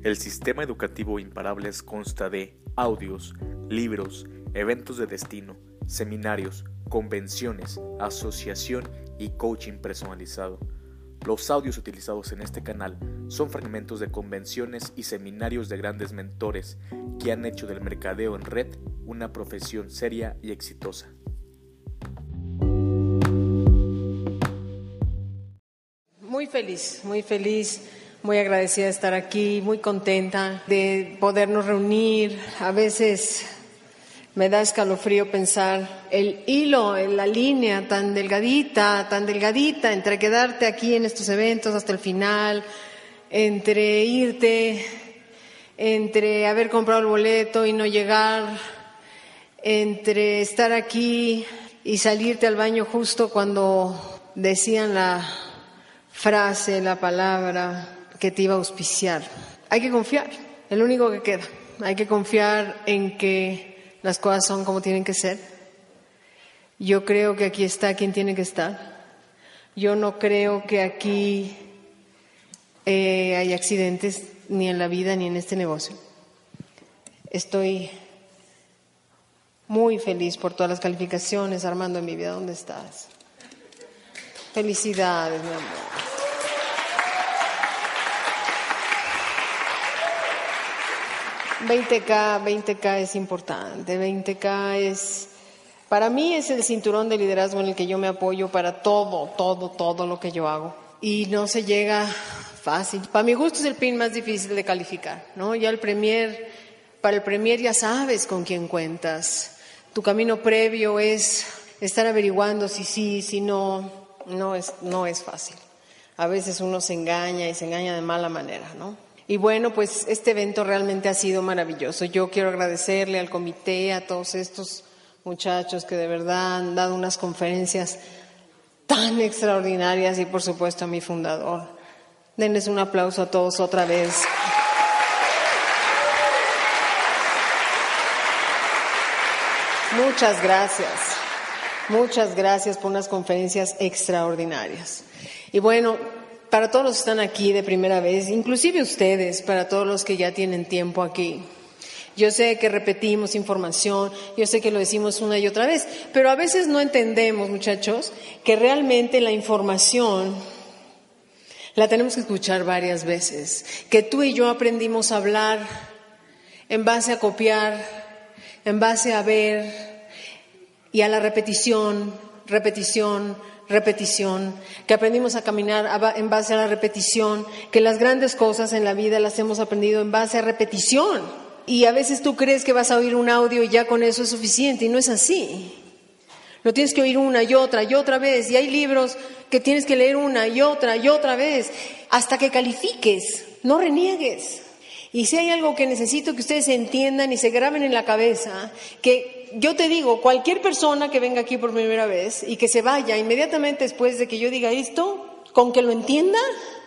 El sistema educativo Imparables consta de audios, libros, eventos de destino, seminarios, convenciones, asociación y coaching personalizado. Los audios utilizados en este canal son fragmentos de convenciones y seminarios de grandes mentores que han hecho del mercadeo en red una profesión seria y exitosa. Muy feliz, muy agradecida de estar aquí, muy contenta de podernos reunir. A veces me da escalofrío pensar el hilo, la línea tan delgadita entre quedarte aquí en estos eventos hasta el final, entre irte, entre haber comprado el boleto y no llegar, entre estar aquí y salirte al baño justo cuando decían la frase, la palabra que te iba a auspiciar. Hay que confiar, es lo único que queda. Hay que confiar en que las cosas son como tienen que ser. Yo creo que aquí está quien tiene que estar. Yo no creo que aquí hay accidentes ni en la vida ni en este negocio. Estoy muy feliz por todas las calificaciones. Armando, en mi vida, ¿dónde estás? Felicidades, mi amor. 20K es importante, 20K es, para mí es el cinturón de liderazgo en el que yo me apoyo para todo lo que yo hago. Y no se llega fácil. Para mi gusto es el pin más difícil de calificar, ¿no? Ya para el premier ya sabes con quién cuentas. Tu camino previo es estar averiguando si sí, si no es fácil. A veces uno se engaña y se engaña de mala manera, ¿no? Y bueno, pues este evento realmente ha sido maravilloso. Yo quiero agradecerle al comité, a todos estos muchachos que de verdad han dado unas conferencias tan extraordinarias y por supuesto a mi fundador. Denles un aplauso a todos otra vez. Muchas gracias por unas conferencias extraordinarias. Y bueno, para todos los que están aquí de primera vez, inclusive ustedes, para todos los que ya tienen tiempo aquí. Yo sé que repetimos información, yo sé que lo decimos una y otra vez, pero a veces no entendemos, muchachos, que realmente la información la tenemos que escuchar varias veces. Que tú y yo aprendimos a hablar en base a copiar, en base a ver y a la repetición, que aprendimos a caminar en base a la repetición, que las grandes cosas en la vida las hemos aprendido en base a repetición. Y a veces tú crees que vas a oír un audio y ya con eso es suficiente, y no es así. Lo tienes que oír una y otra vez, y hay libros que tienes que leer una y otra vez, hasta que califiques, no reniegues. Y si hay algo que necesito que ustedes entiendan y se graben en la cabeza, que yo te digo, cualquier persona que venga aquí por primera vez y que se vaya inmediatamente después de que yo diga esto, con que lo entienda,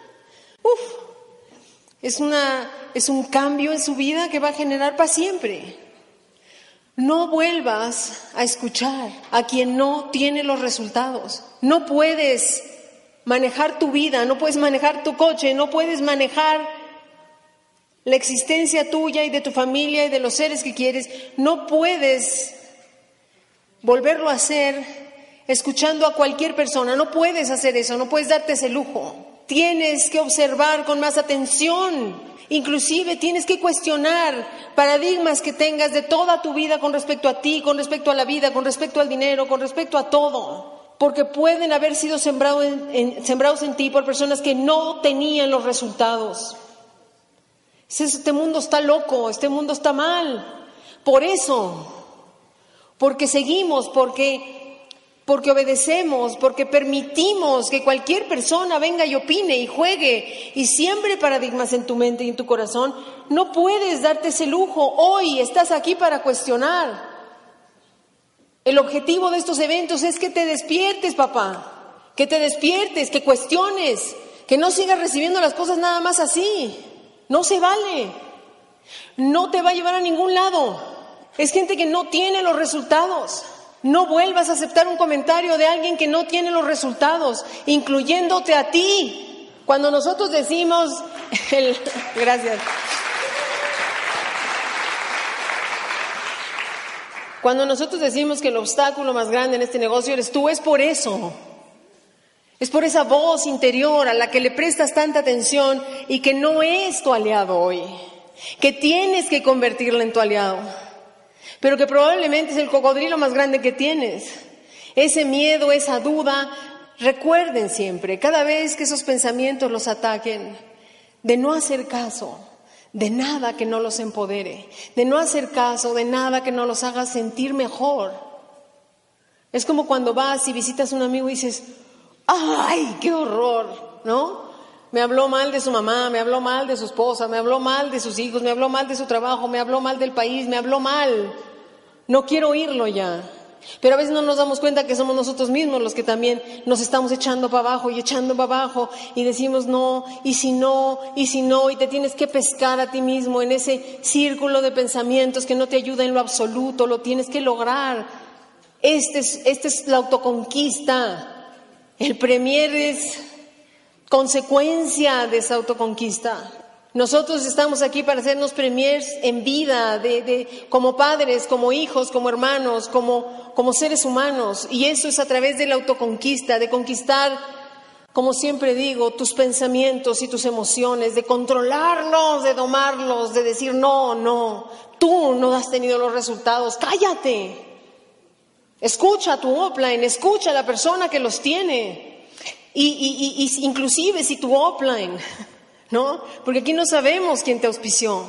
es un cambio en su vida que va a generar para siempre. No vuelvas a escuchar a quien no tiene los resultados. No puedes manejar tu vida, no puedes manejar tu coche, no puedes manejar la existencia tuya y de tu familia y de los seres que quieres. No puedes volverlo a hacer escuchando a cualquier persona. No puedes hacer eso, no puedes darte ese lujo. Tienes que observar con más atención. Inclusive tienes que cuestionar paradigmas que tengas de toda tu vida con respecto a ti, con respecto a la vida, con respecto al dinero, con respecto a todo. Porque pueden haber sido sembrados en ti por personas que no tenían los resultados. Este mundo está loco, este mundo está mal. Por eso, porque seguimos, porque obedecemos, porque permitimos que cualquier persona venga y opine y juegue y siembre paradigmas en tu mente y en tu corazón, no puedes darte ese lujo. Hoy estás aquí para cuestionar. El objetivo de estos eventos es que te despiertes, papá, que te despiertes, que cuestiones, que no sigas recibiendo las cosas nada más así. No se vale, no te va a llevar a ningún lado. Es gente que no tiene los resultados. No vuelvas a aceptar un comentario de alguien que no tiene los resultados, incluyéndote a ti. Cuando nosotros decimos, gracias. Cuando nosotros decimos que el obstáculo más grande en este negocio eres tú, es por eso. Es por esa voz interior a la que le prestas tanta atención y que no es tu aliado hoy, que tienes que convertirla en tu aliado, pero que probablemente es el cocodrilo más grande que tienes. Ese miedo, esa duda, recuerden siempre, cada vez que esos pensamientos los ataquen, de no hacer caso de nada que no los empodere, de no hacer caso de nada que no los haga sentir mejor. Es como cuando vas y visitas a un amigo y dices, ¡ay, qué horror! ¿No? Me habló mal de su mamá, me habló mal de su esposa, me habló mal de sus hijos, me habló mal de su trabajo, me habló mal del país, me habló mal. No quiero oírlo ya. Pero a veces no nos damos cuenta que somos nosotros mismos los que también nos estamos echando para abajo y echando para abajo y decimos no, y si no, y si no, y te tienes que pescar a ti mismo en ese círculo de pensamientos que no te ayuda en lo absoluto, lo tienes que lograr. Esta es la autoconquista. El premier es consecuencia de esa autoconquista. Nosotros estamos aquí para hacernos premiers en vida, como padres, como hijos, como hermanos, como seres humanos. Y eso es a través de la autoconquista, de conquistar, como siempre digo, tus pensamientos y tus emociones, de controlarlos, de domarlos, de decir no, tú no has tenido los resultados, cállate. Escucha a tu upline, escucha a la persona que los tiene. Y inclusive si tu upline, ¿no? Porque aquí no sabemos quién te auspició.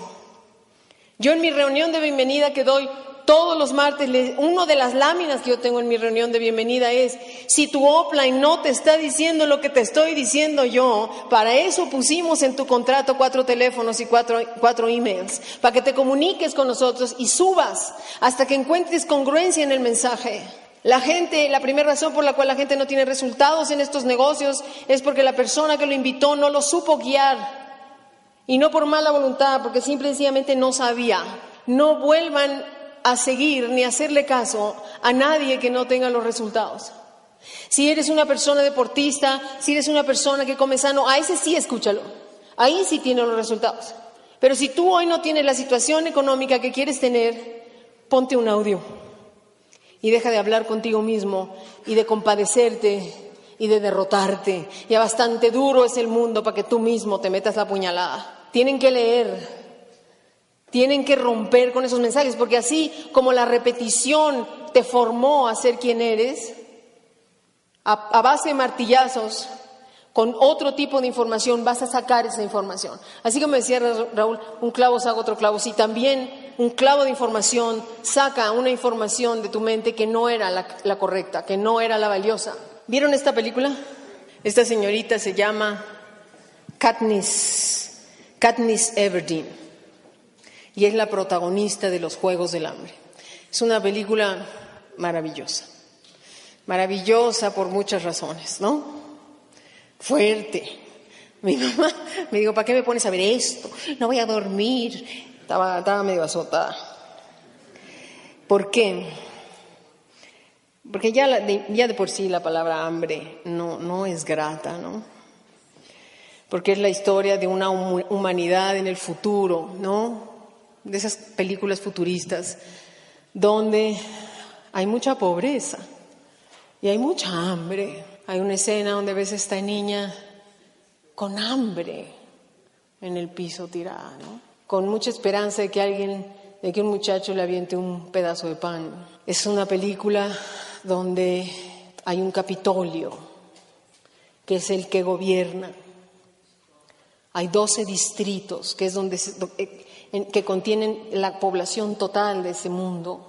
Yo en mi reunión de bienvenida que doy todos los martes, una de las láminas que yo tengo en mi reunión de bienvenida es, si tu upline no te está diciendo lo que te estoy diciendo yo, para eso pusimos en tu contrato 4 teléfonos y 4 emails, para que te comuniques con nosotros y subas hasta que encuentres congruencia en el mensaje. La primera razón por la cual la gente no tiene resultados en estos negocios es porque la persona que lo invitó no lo supo guiar. Y no por mala voluntad, porque simple y sencillamente no sabía. No vuelvan a seguir ni a hacerle caso a nadie que no tenga los resultados. Si eres una persona deportista, si eres una persona que come sano, a ese sí escúchalo. Ahí sí tiene los resultados. Pero si tú hoy no tienes la situación económica que quieres tener, ponte un audio. Y deja de hablar contigo mismo y de compadecerte y de derrotarte. Ya bastante duro es el mundo para que tú mismo te metas la puñalada. Tienen que leer, tienen que romper con esos mensajes, porque así como la repetición te formó a ser quien eres, a base de martillazos, con otro tipo de información vas a sacar esa información. Así como decía Raúl, un clavo saca otro clavo. Si también un clavo de información saca una información de tu mente que no era la correcta, que no era la valiosa. ¿Vieron esta película? Esta señorita se llama Katniss Everdeen y es la protagonista de Los Juegos del Hambre. Es una película maravillosa, maravillosa por muchas razones, ¿no? Fuerte. Mi mamá me dijo, ¿para qué me pones a ver esto? No voy a dormir. Estaba medio azotada. ¿Por qué? Porque ya de por sí la palabra hambre no es grata, ¿no? Porque es la historia de una humanidad en el futuro, ¿no? De esas películas futuristas donde hay mucha pobreza y hay mucha hambre. Hay una escena donde ves a esta niña con hambre en el piso tirada, ¿no? Con mucha esperanza de que un muchacho le aviente un pedazo de pan. Es una película donde hay un Capitolio, que es el que gobierna. Hay 12 distritos, que es que contienen la población total de ese mundo.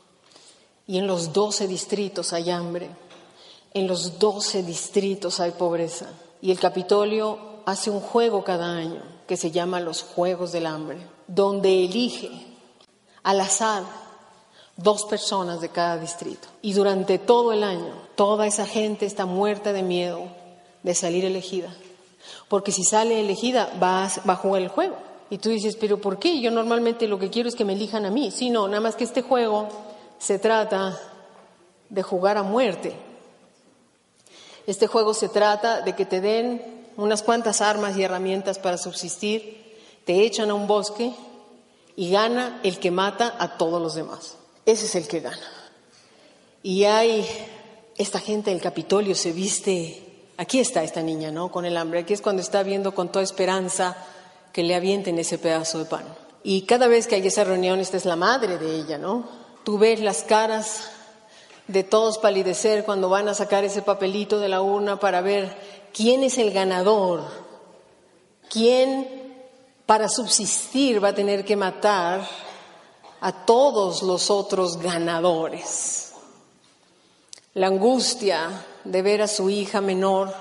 Y en los 12 distritos hay hambre. En los 12 distritos hay pobreza. Y el Capitolio hace un juego cada año que se llama los Juegos del Hambre, donde elige al azar 2 personas de cada distrito. Y durante todo el año, toda esa gente está muerta de miedo de salir elegida. Porque si sale elegida, va a jugar el juego. Y tú dices, ¿pero por qué? Yo normalmente lo que quiero es que me elijan a mí. Sí, no, nada más que este juego se trata de jugar a muerte. Este juego se trata de que te den unas cuantas armas y herramientas para subsistir, te echan a un bosque y gana el que mata a todos los demás. ese es el que gana. Y hay esta gente del Capitolio se viste, aquí está esta niña, ¿no? Con el hambre, aquí es cuando está viendo con toda esperanza que le avienten ese pedazo de pan. Y cada vez que hay esa reunión, esta es la madre de ella, ¿no? Tú ves las caras de todos palidecer cuando van a sacar ese papelito de la urna para ver quién es el ganador, quién para subsistir va a tener que matar a todos los otros ganadores. La angustia de ver a su hija menor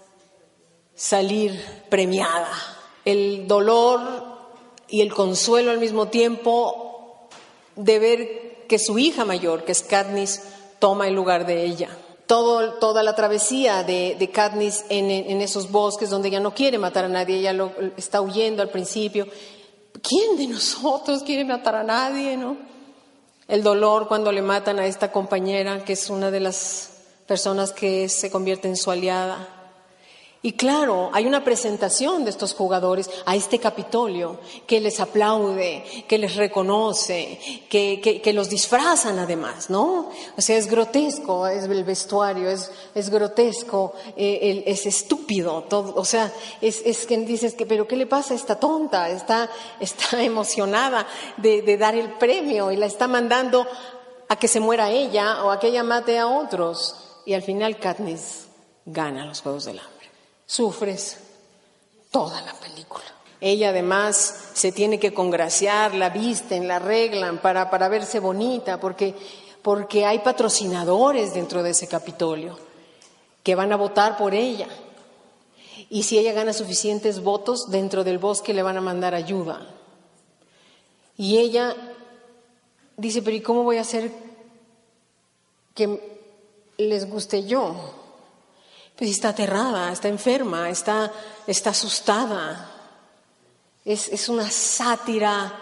salir premiada, el dolor y el consuelo al mismo tiempo de ver que su hija mayor, que es Katniss, toma el lugar de ella. Toda la travesía de Katniss en esos bosques donde ella no quiere matar a nadie, ella está huyendo al principio. ¿Quién de nosotros quiere matar a nadie, no? El dolor cuando le matan a esta compañera, que es una de las personas que se convierte en su aliada. Y claro, hay una presentación de estos jugadores a este Capitolio que les aplaude, que les reconoce, que los disfrazan además, ¿no? O sea, es grotesco, es el vestuario, es grotesco, es estúpido, todo, o sea, es que dices que, pero ¿qué le pasa a esta tonta? Está emocionada de dar el premio y la está mandando a que se muera ella o a que ella mate a otros. Y al final Katniss gana los Juegos del Hambre. Sufres toda la película. Ella además se tiene que congraciar, la visten, la arreglan para verse bonita, porque hay patrocinadores dentro de ese Capitolio que van a votar por ella. Y si ella gana suficientes votos, dentro del bosque le van a mandar ayuda. Y ella dice, pero ¿y cómo voy a hacer que les guste yo? Pues está aterrada, está enferma, está asustada. Es una sátira,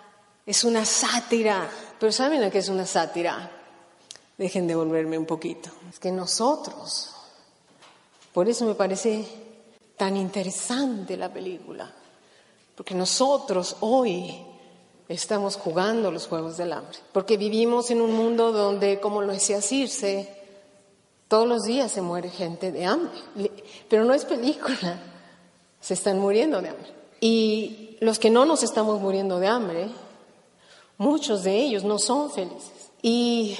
Pero ¿saben a qué es una sátira? Dejen de volverme un poquito. Es que nosotros, por eso me parece tan interesante la película, porque nosotros hoy estamos jugando los Juegos del Hambre, porque vivimos en un mundo donde, como lo decía Circe, todos los días se muere gente de hambre, pero no es película, se están muriendo de hambre. Y los que no nos estamos muriendo de hambre, muchos de ellos no son felices y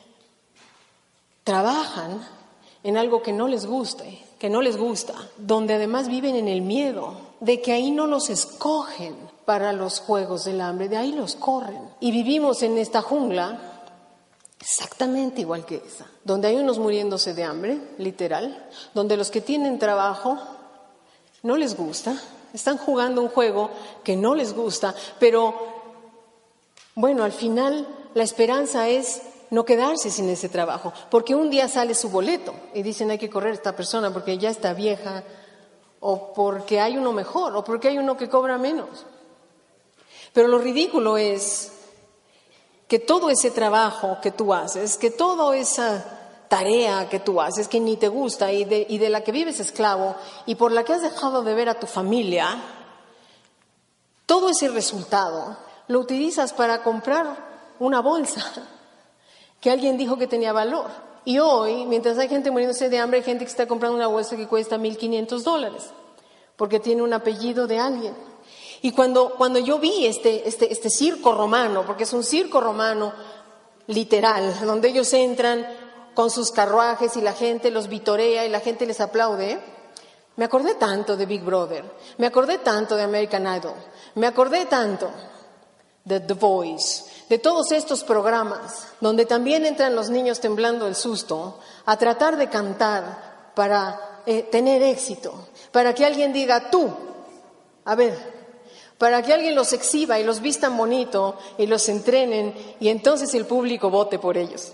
trabajan en algo que no les gusta, donde además viven en el miedo de que ahí no los escogen para los Juegos del Hambre, de ahí los corren. Y vivimos en esta jungla exactamente igual que esa, donde hay unos muriéndose de hambre, literal, donde los que tienen trabajo no les gusta, están jugando un juego que no les gusta, pero bueno, al final la esperanza es no quedarse sin ese trabajo, porque un día sale su boleto y dicen hay que correr a esta persona porque ya está vieja, o porque hay uno mejor, o porque hay uno que cobra menos. Pero lo ridículo es que todo ese trabajo que tú haces, que toda esa tarea que tú haces, que ni te gusta y de la que vives esclavo y por la que has dejado de ver a tu familia, todo ese resultado lo utilizas para comprar una bolsa que alguien dijo que tenía valor. Y hoy, mientras hay gente muriéndose de hambre, hay gente que está comprando una bolsa que cuesta $1,500 porque tiene un apellido de alguien. Y cuando yo vi este circo romano, porque es un circo romano literal, donde ellos entran con sus carruajes y la gente los vitorea y la gente les aplaude, me acordé tanto de Big Brother, me acordé tanto de American Idol, me acordé tanto de The Voice, de todos estos programas donde también entran los niños temblando del susto a tratar de cantar para tener éxito, para que alguien diga tú, a ver, para que alguien los exhiba y los vistan bonito y los entrenen y entonces el público vote por ellos.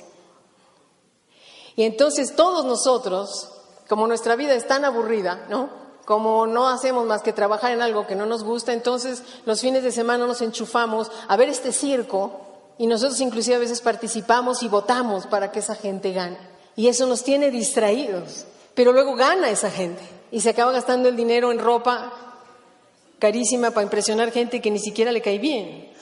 Y entonces todos nosotros, como nuestra vida es tan aburrida, ¿no? Como no hacemos más que trabajar en algo que no nos gusta, entonces los fines de semana nos enchufamos a ver este circo y nosotros inclusive a veces participamos y votamos para que esa gente gane. Y eso nos tiene distraídos, pero luego gana esa gente y se acaba gastando el dinero en ropa carísima para impresionar gente que ni siquiera le cae bien.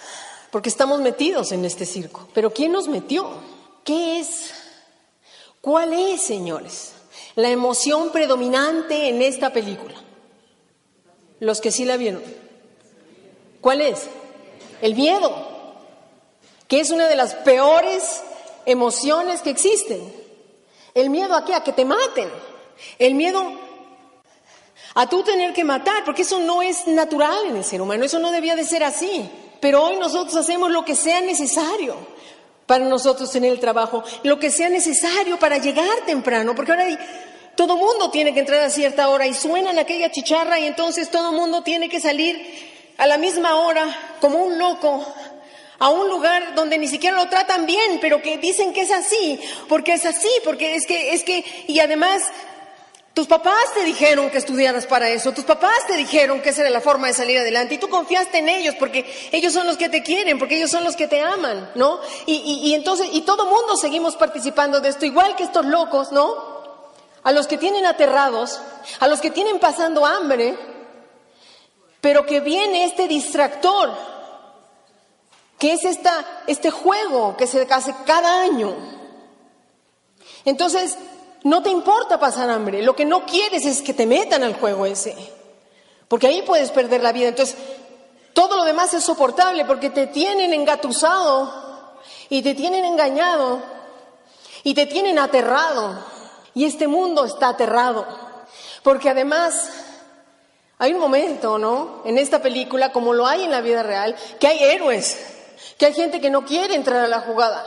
porque estamos metidos en este circo. Pero ¿quién nos metió? ¿Qué es? ¿Cuál es, señores, la emoción predominante en esta película? Los que sí la vieron. ¿Cuál es? El miedo, que es una de las peores emociones que existen. ¿El miedo a qué? A que te maten. El miedo a tú tener que matar, porque eso no es natural en el ser humano, eso no debía de ser así. Pero hoy nosotros hacemos lo que sea necesario para nosotros tener el trabajo, lo que sea necesario para llegar temprano, porque ahora todo mundo tiene que entrar a cierta hora y suenan aquella chicharra y entonces todo mundo tiene que salir a la misma hora como un loco a un lugar donde ni siquiera lo tratan bien, pero que dicen que es así, porque es que, y además tus papás te dijeron que estudiaras para eso, tus papás te dijeron que esa era la forma de salir adelante y tú confiaste en ellos porque ellos son los que te quieren, porque ellos son los que te aman, ¿no? Y entonces, y todo mundo seguimos participando de esto, igual que estos locos, ¿no? A los que tienen aterrados, a los que tienen pasando hambre, pero que viene este distractor, que es este juego que se hace cada año. Entonces, no te importa pasar hambre, lo que no quieres es que te metan al juego ese, porque ahí puedes perder la vida. Entonces, todo lo demás es soportable porque te tienen engatusado y te tienen engañado y te tienen aterrado. Y este mundo está aterrado, porque además hay un momento, ¿no?, en esta película, como lo hay en la vida real, que hay héroes, que hay gente que no quiere entrar a la jugada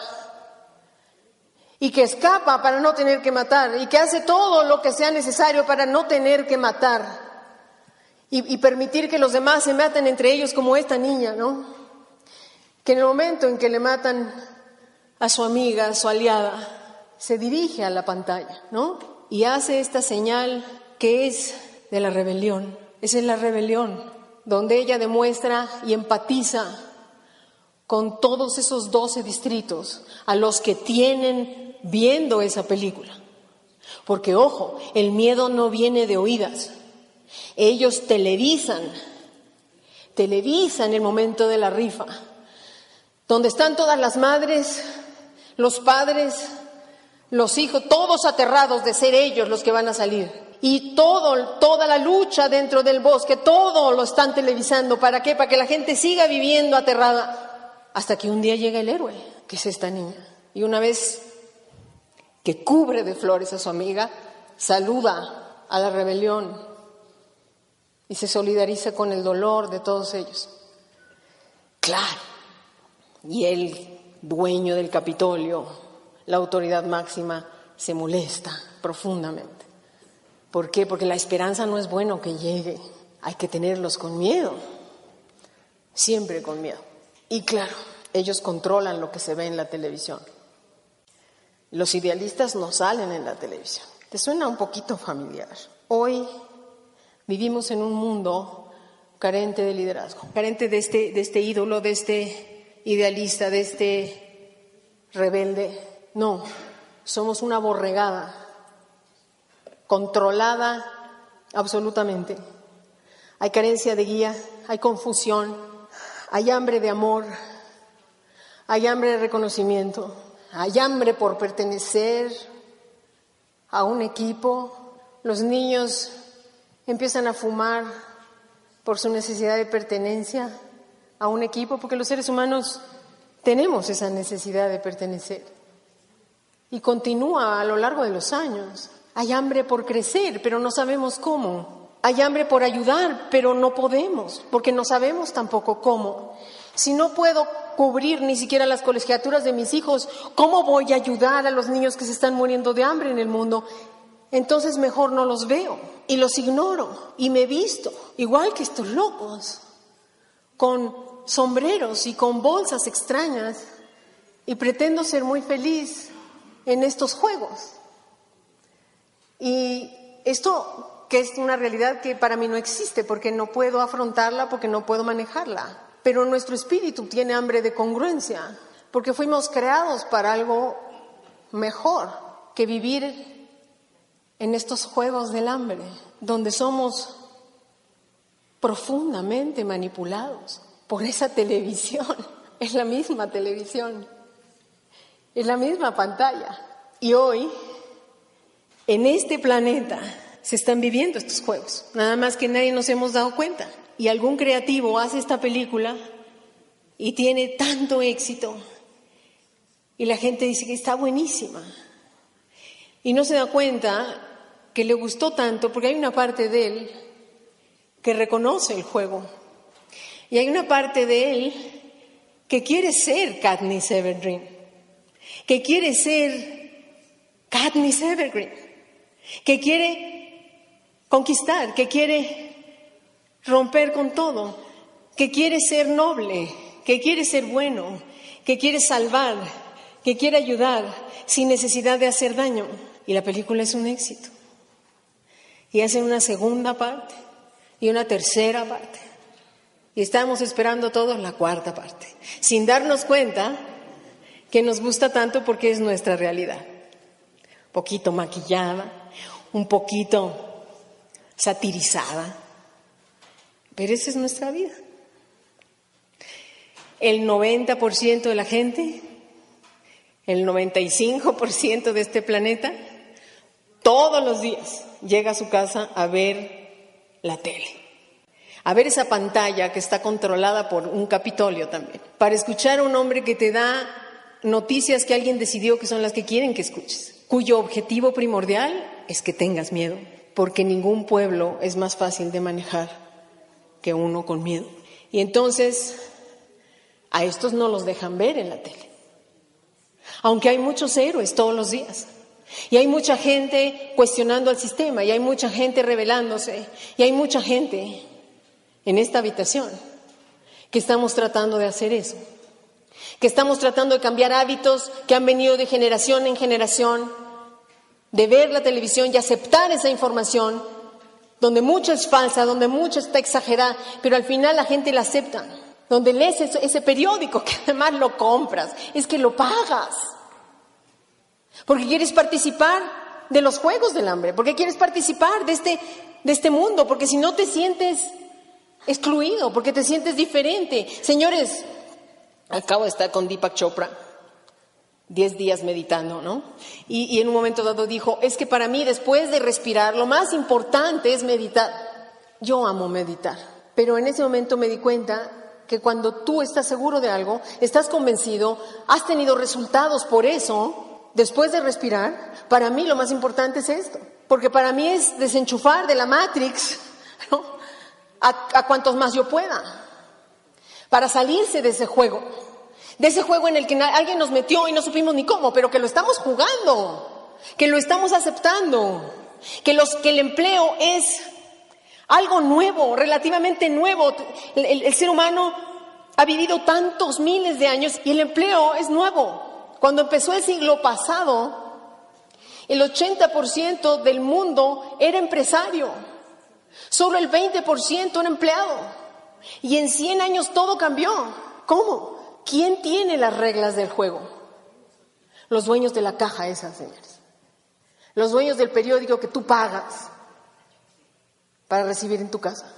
y que escapa para no tener que matar y que hace todo lo que sea necesario para no tener que matar y permitir que los demás se maten entre ellos, como esta niña, ¿no?, que en el momento en que le matan a su amiga, a su aliada, se dirige a la pantalla, ¿no?, y hace esta señal que es de la rebelión. Esa es la rebelión, donde ella demuestra y empatiza con todos esos 12 distritos a los que tienen viendo esa película. Porque, ojo, el miedo no viene de oídas. Ellos televisan el momento de la rifa, donde están todas las madres, los padres, los hijos, todos aterrados de ser ellos los que van a salir. Y toda la lucha dentro del bosque, todo lo están televisando. ¿Para qué? Para que la gente siga viviendo aterrada. Hasta que un día llega el héroe, que es esta niña. Y una vez que cubre de flores a su amiga, saluda a la rebelión y se solidariza con el dolor de todos ellos. Claro. Y el dueño del Capitolio, la autoridad máxima, se molesta profundamente. ¿Por qué? Porque la esperanza no es bueno que llegue. Hay que tenerlos con miedo. Siempre con miedo. Y claro, ellos controlan lo que se ve en la televisión. Los idealistas no salen en la televisión. ¿Te suena un poquito familiar? Hoy vivimos en un mundo carente de liderazgo, carente de este ídolo, de este idealista, de este rebelde. No, somos una borregada, controlada absolutamente. Hay carencia de guía, hay confusión. Hay hambre de amor, hay hambre de reconocimiento, hay hambre por pertenecer a un equipo. Los niños empiezan a fumar por su necesidad de pertenencia a un equipo, porque los seres humanos tenemos esa necesidad de pertenecer. Y continúa a lo largo de los años. Hay hambre por crecer, pero no sabemos cómo. Hay hambre por ayudar, pero no podemos, porque no sabemos tampoco cómo. Si no puedo cubrir ni siquiera las colegiaturas de mis hijos, ¿cómo voy a ayudar a los niños que se están muriendo de hambre en el mundo? Entonces mejor no los veo y los ignoro y me visto, igual que estos locos, con sombreros y con bolsas extrañas y pretendo ser muy feliz en estos juegos. Y esto, que es una realidad que para mí no existe, porque no puedo afrontarla, porque no puedo manejarla. Pero nuestro espíritu tiene hambre de congruencia, porque fuimos creados para algo mejor que vivir en estos juegos del hambre, donde somos profundamente manipulados por esa televisión es la misma televisión, es la misma pantalla. Y hoy, en este planeta, se están viviendo estos juegos. Nada más que nadie nos hemos dado cuenta. Y algún creativo hace esta película y tiene tanto éxito. Y la gente dice que está buenísima. Y no se da cuenta que le gustó tanto porque hay una parte de él que reconoce el juego. Y hay una parte de él que quiere ser Katniss Everdeen, que quiere ser Katniss Everdeen, que quiere conquistar, que quiere romper con todo, que quiere ser noble, que quiere ser bueno, que quiere salvar, que quiere ayudar sin necesidad de hacer daño. Y la película es un éxito. Y hacen una segunda parte y una tercera parte. Y estamos esperando todos la cuarta parte, sin darnos cuenta que nos gusta tanto porque es nuestra realidad. Un poquito maquillada, un poquito satirizada, pero esa es nuestra vida. El 90% de la gente, el 95% de este planeta, todos los días llega a su casa a ver la tele, a ver esa pantalla que está controlada por un Capitolio también, para escuchar a un hombre que te da noticias que alguien decidió que son las que quieren que escuches, cuyo objetivo primordial es que tengas miedo, porque ningún pueblo es más fácil de manejar que uno con miedo. Y entonces a estos no los dejan ver en la tele, aunque hay muchos héroes todos los días. Y hay mucha gente cuestionando al sistema, y hay mucha gente rebelándose, y hay mucha gente en esta habitación que estamos tratando de hacer eso, que estamos tratando de cambiar hábitos que han venido de generación en generación, de ver la televisión y aceptar esa información, donde mucho es falsa, donde mucho está exagerada, pero al final la gente la acepta, donde lees ese periódico que además lo compras, es que lo pagas. Porque quieres participar de los Juegos del Hambre, porque quieres participar de este mundo, porque si no te sientes excluido, porque te sientes diferente. Señores, acabo de estar con Deepak Chopra, 10 días meditando, ¿no? Y en un momento dado dijo, es que para mí después de respirar, lo más importante es meditar. Yo amo meditar, pero en ese momento me di cuenta que cuando tú estás seguro de algo, estás convencido, has tenido resultados por eso. Después de respirar, para mí lo más importante es esto, porque para mí es desenchufar de la Matrix, ¿no?, a cuantos más yo pueda, para salirse de ese juego en el que alguien nos metió y no supimos ni cómo, pero que lo estamos jugando, que lo estamos aceptando, que el empleo es algo nuevo, relativamente nuevo. El ser humano ha vivido tantos miles de años y el empleo es nuevo. Cuando empezó el siglo pasado, el 80% del mundo era empresario, solo el 20% era empleado. Y en 100 años todo cambió. ¿Cómo? ¿Quién tiene las reglas del juego? Los dueños de la caja esa, señores. Los dueños del periódico que tú pagas para recibir en tu casa.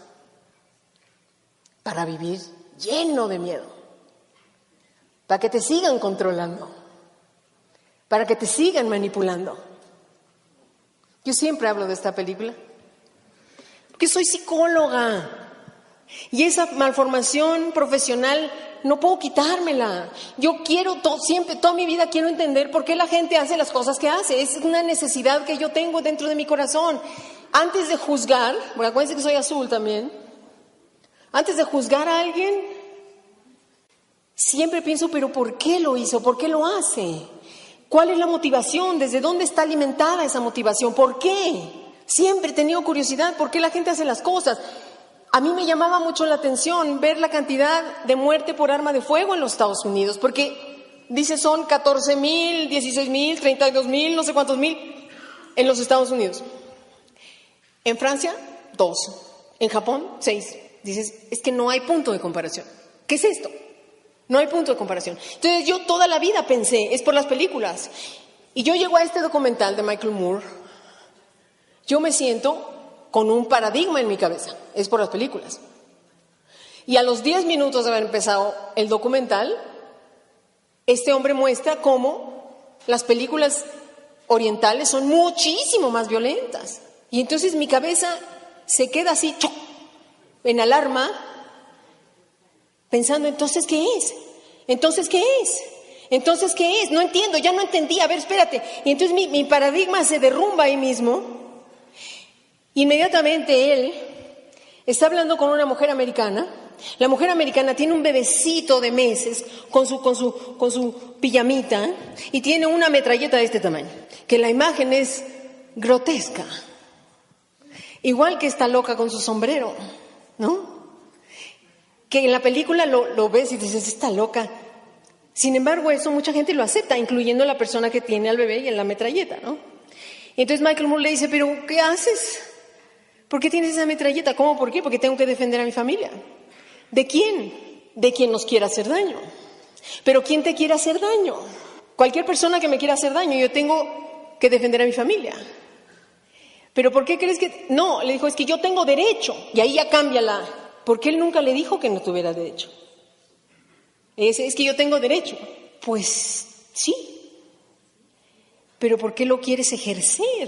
Para vivir lleno de miedo. Para que te sigan controlando. Para que te sigan manipulando. Yo siempre hablo de esta película, porque soy psicóloga, y esa malformación profesional no puedo quitármela. Yo quiero siempre, toda mi vida quiero entender por qué la gente hace las cosas que hace. Es una necesidad que yo tengo dentro de mi corazón. Antes de juzgar, porque acuérdense que soy azul también, antes de juzgar a alguien, siempre pienso, pero ¿por qué lo hizo? ¿Por qué lo hace? ¿Cuál es la motivación? ¿Desde dónde está alimentada esa motivación? ¿Por qué? Siempre he tenido curiosidad, ¿por qué la gente hace las cosas? A mí me llamaba mucho la atención ver la cantidad de muerte por arma de fuego en los Estados Unidos, porque dice son 14,000, 16,000, 32,000, no sé cuántos mil en los Estados Unidos. En Francia, 2. En Japón, 6. Dices, es que no hay punto de comparación. ¿Qué es esto? No hay punto de comparación. Entonces yo toda la vida pensé, es por las películas. Y yo llego a este documental de Michael Moore, yo me siento con un paradigma en mi cabeza, es por las películas. Y a los 10 minutos de haber empezado el documental, Este hombre muestra cómo las películas orientales son muchísimo más violentas. Y entonces mi cabeza se queda así, ¡chuc!, en alarma, pensando, ¿entonces qué es? ¿Entonces qué es? ¿Entonces qué es? No entiendo, ya no entendí, a ver, espérate. Y entonces mi paradigma se derrumba ahí mismo. Inmediatamente él está hablando con una mujer americana. La mujer americana tiene un bebecito de meses con su pijamita y tiene una metralleta de este tamaño, que la imagen es grotesca. Igual que esta loca con su sombrero, ¿no? Que en la película lo ves y dices, está loca. Sin embargo, eso mucha gente lo acepta, incluyendo la persona que tiene al bebé y en la metralleta, ¿no? Y entonces Michael Moore le dice, ¿pero qué haces? ¿Por qué tienes esa metralleta? ¿Cómo? ¿Por qué? Porque tengo que defender a mi familia. ¿De quién? De quien nos quiera hacer daño. ¿Pero quién te quiere hacer daño? Cualquier persona que me quiera hacer daño, yo tengo que defender a mi familia. ¿Pero por qué crees que...? No, le dijo, es que yo tengo derecho. Y ahí ya cambia porque él nunca le dijo que no tuviera derecho. Es que yo tengo derecho. Pues sí. ¿Pero por qué lo quieres ejercer?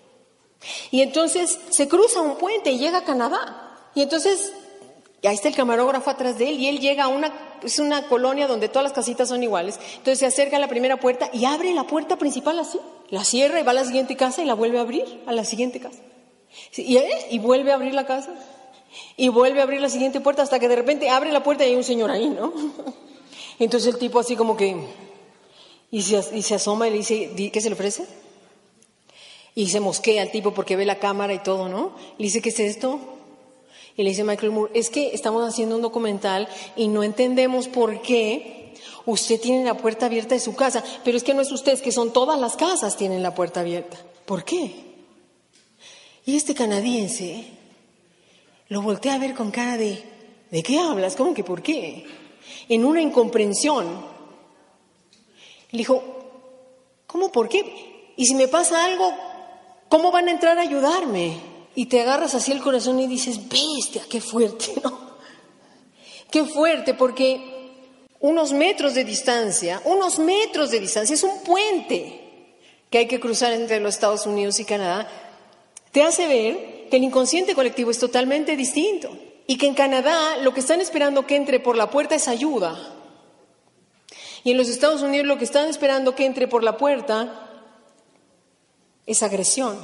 Y entonces se cruza un puente y llega a Canadá. Y entonces, ahí está el camarógrafo atrás de él y él llega a es una colonia donde todas las casitas son iguales. Entonces se acerca a la primera puerta y abre la puerta principal así. La cierra y va a la siguiente casa y la vuelve a abrir a la siguiente casa. Y vuelve a abrir la casa y vuelve a abrir la siguiente puerta hasta que de repente abre la puerta y hay un señor ahí, ¿no? Entonces el tipo así como que... Y se asoma y le dice, ¿qué se le ofrece? Y se mosquea el tipo porque ve la cámara y todo, ¿no? Le dice, ¿qué es esto? Y le dice Michael Moore, es que estamos haciendo un documental y no entendemos por qué usted tiene la puerta abierta de su casa. Pero es que no es usted, es que son todas las casas tienen la puerta abierta. ¿Por qué? Y este canadiense lo voltea a ver con cara ¿de qué hablas? ¿Cómo que por qué? En una incomprensión. Le dijo, ¿cómo por qué? Y si me pasa algo, ¿cómo van a entrar a ayudarme? Y te agarras así el corazón y dices, bestia, qué fuerte, ¿no? Qué fuerte, porque unos metros de distancia, es un puente que hay que cruzar entre los Estados Unidos y Canadá, te hace ver que el inconsciente colectivo es totalmente distinto y que en Canadá lo que están esperando que entre por la puerta es ayuda. Y en los Estados Unidos lo que están esperando que entre por la puerta es agresión.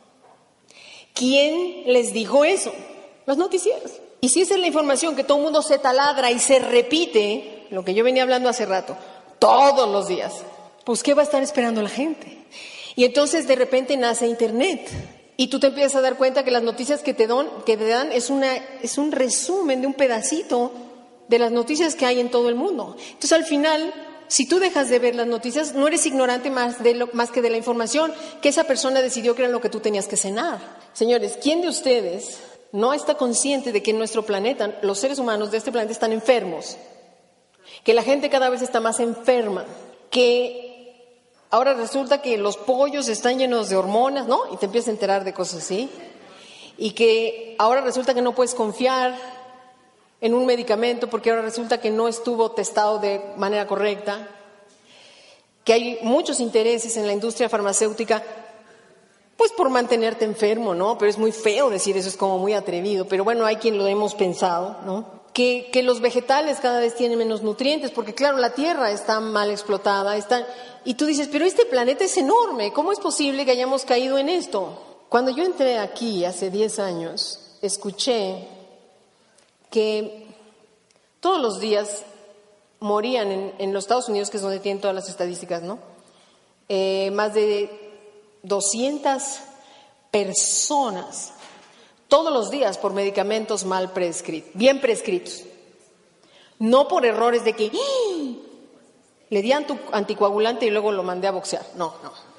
¿Quién les dijo eso? Los noticieros. Y si esa es la información que todo el mundo se taladra y se repite, lo que yo venía hablando hace rato, todos los días, pues ¿qué va a estar esperando la gente? Y entonces de repente nace Internet y tú te empiezas a dar cuenta que las noticias que te dan es un resumen de un pedacito de las noticias que hay en todo el mundo. Entonces al final, si tú dejas de ver las noticias, no eres ignorante más que de la información que esa persona decidió que era lo que tú tenías que cenar. Señores, ¿quién de ustedes no está consciente de que en nuestro planeta, los seres humanos de este planeta están enfermos? Que la gente cada vez está más enferma, que ahora resulta que los pollos están llenos de hormonas, ¿no? Y te empiezas a enterar de cosas así. Y que ahora resulta que no puedes confiar en un medicamento porque ahora resulta que no estuvo testado de manera correcta, que hay muchos intereses en la industria farmacéutica, pues por mantenerte enfermo, ¿no? Pero es muy feo decir eso, es como muy atrevido, pero bueno, hay quien lo hemos pensado, ¿no? Que los vegetales cada vez tienen menos nutrientes, porque claro, la tierra está mal explotada, y tú dices, pero este planeta es enorme, ¿cómo es posible que hayamos caído en esto? Cuando yo entré aquí hace 10 años, escuché que todos los días morían en los Estados Unidos, que es donde tienen todas las estadísticas, ¿no? Más de 200 personas todos los días por medicamentos mal prescritos, bien prescritos. No por errores de que le di anticoagulante y luego lo mandé a boxear. No.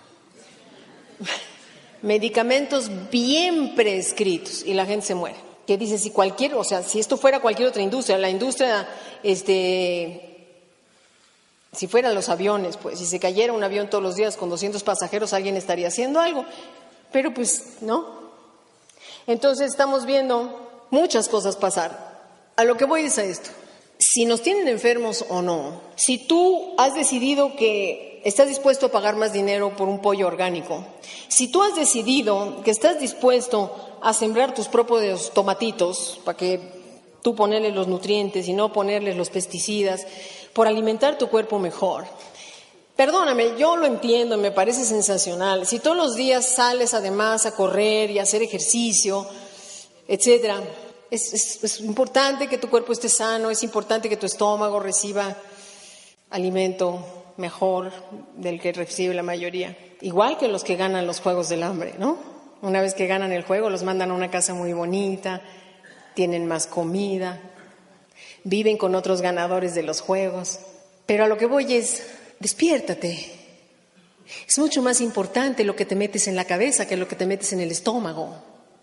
Medicamentos bien prescritos y la gente se muere. Que dice, si esto fuera cualquier otra industria, la industria, si fueran los aviones, pues, si se cayera un avión todos los días con 200 pasajeros, alguien estaría haciendo algo. Pero pues, no. Entonces estamos viendo muchas cosas pasar. A lo que voy es a esto. si nos tienen enfermos o no, si tú has decidido que estás dispuesto a pagar más dinero por un pollo orgánico, si tú has decidido que estás dispuesto a sembrar tus propios tomatitos para que tú ponerles los nutrientes y no ponerles los pesticidas, por alimentar tu cuerpo mejor. Perdóname, yo lo entiendo, me parece sensacional. Si todos los días sales además a correr y a hacer ejercicio, etcétera, es importante que tu cuerpo esté sano, es importante que tu estómago reciba alimento mejor del que recibe la mayoría. Igual que los que ganan los Juegos del Hambre, ¿no? Una vez que ganan el juego, los mandan a una casa muy bonita, tienen más comida, viven con otros ganadores de los juegos. Pero a lo que voy es, despiértate. Es mucho más importante lo que te metes en la cabeza que lo que te metes en el estómago.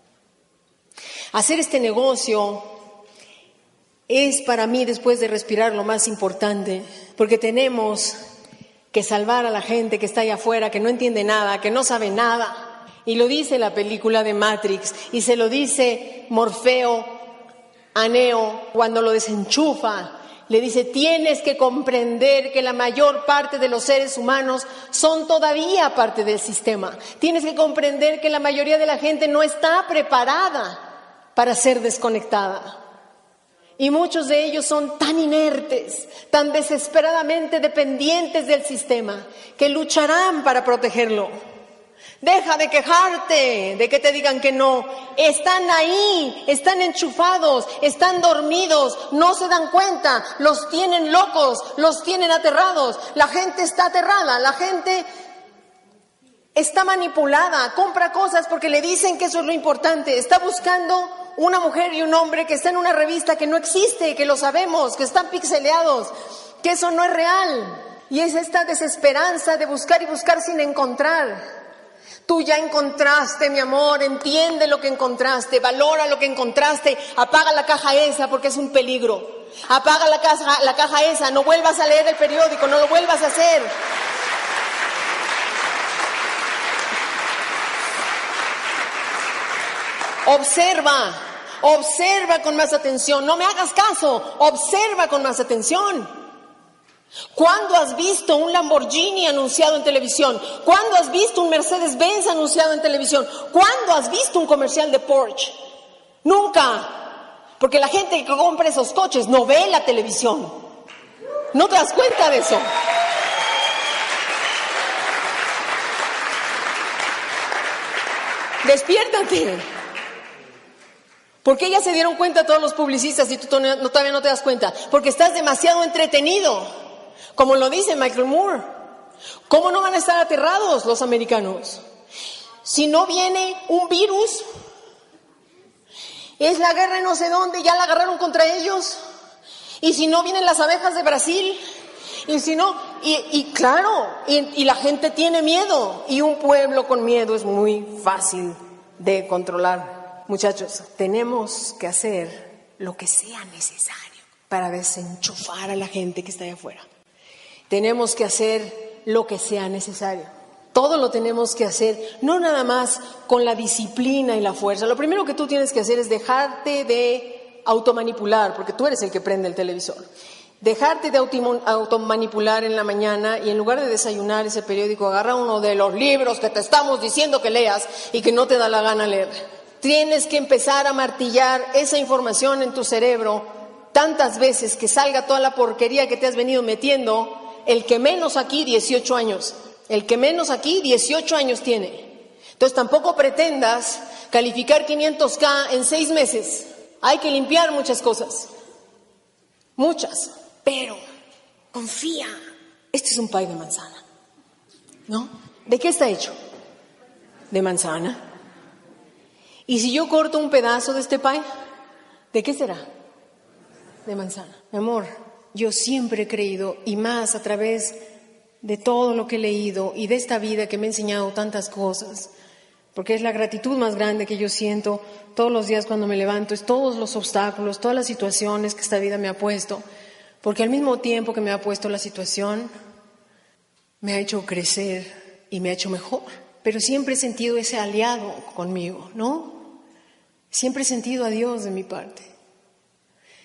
Hacer este negocio es para mí, después de respirar, lo más importante, porque tenemos que salvar a la gente que está allá afuera, que no entiende nada, que no sabe nada. Y lo dice la película de Matrix, y se lo dice Morfeo a Neo cuando lo desenchufa. Le dice, tienes que comprender que la mayor parte de los seres humanos son todavía parte del sistema. Tienes que comprender que la mayoría de la gente no está preparada para ser desconectada. Y muchos de ellos son tan inertes, tan desesperadamente dependientes del sistema, que lucharán para protegerlo. Deja de quejarte de que te digan que no. Están ahí, están enchufados, están dormidos, no se dan cuenta, los tienen locos, los tienen aterrados. La gente está aterrada, la gente está manipulada, compra cosas porque le dicen que eso es lo importante. Está buscando una mujer y un hombre que está en una revista que no existe, que lo sabemos, que están pixeleados, que eso no es real. Y es esta desesperanza de buscar y buscar sin encontrar. Tú ya encontraste, mi amor, entiende lo que encontraste, valora lo que encontraste, apaga la caja esa porque es un peligro. Apaga la caja esa, no vuelvas a leer el periódico, no lo vuelvas a hacer. Observa con más atención, no me hagas caso, observa con más atención. ¿Cuándo has visto un Lamborghini anunciado en televisión? ¿Cuándo has visto un Mercedes-Benz anunciado en televisión? ¿Cuándo has visto un comercial de Porsche? Nunca. Porque la gente que compra esos coches no ve la televisión. ¿No te das cuenta de eso? Despiértate. Porque ya se dieron cuenta todos los publicistas y tú todavía no te das cuenta. Porque estás demasiado entretenido. Como lo dice Michael Moore. ¿Cómo no van a estar aterrados los americanos? Si no viene un virus, es la guerra en no sé dónde, ya la agarraron contra ellos. Y si no vienen las abejas de Brasil, y si no, claro, la gente tiene miedo. Y un pueblo con miedo es muy fácil de controlar. Muchachos, tenemos que hacer lo que sea necesario para desenchufar a la gente que está allá afuera. Tenemos que hacer lo que sea necesario. Todo lo tenemos que hacer, no nada más con la disciplina y la fuerza. Lo primero que tú tienes que hacer es dejarte de automanipular, porque tú eres el que prende el televisor. Dejarte de automanipular en la mañana y en lugar de desayunar ese periódico, agarra uno de los libros que te estamos diciendo que leas y que no te da la gana leer. Tienes que empezar a martillar esa información en tu cerebro tantas veces que salga toda la porquería que te has venido metiendo. El que menos aquí, 18 años. El que menos aquí, 18 años tiene. Entonces tampoco pretendas calificar 500K en 6 meses. Hay que limpiar muchas cosas. Muchas. Pero confía. Este es un pie de manzana. ¿No? ¿De qué está hecho? De manzana. ¿Y si yo corto un pedazo de este pie? ¿De qué será? De manzana. Mi amor, yo siempre he creído, y más a través de todo lo que he leído y de esta vida que me ha enseñado tantas cosas, porque es la gratitud más grande que yo siento todos los días cuando me levanto, es todos los obstáculos, todas las situaciones que esta vida me ha puesto, porque al mismo tiempo que me ha puesto la situación, me ha hecho crecer y me ha hecho mejor. Pero siempre he sentido ese aliado conmigo, ¿no? Siempre he sentido a Dios de mi parte.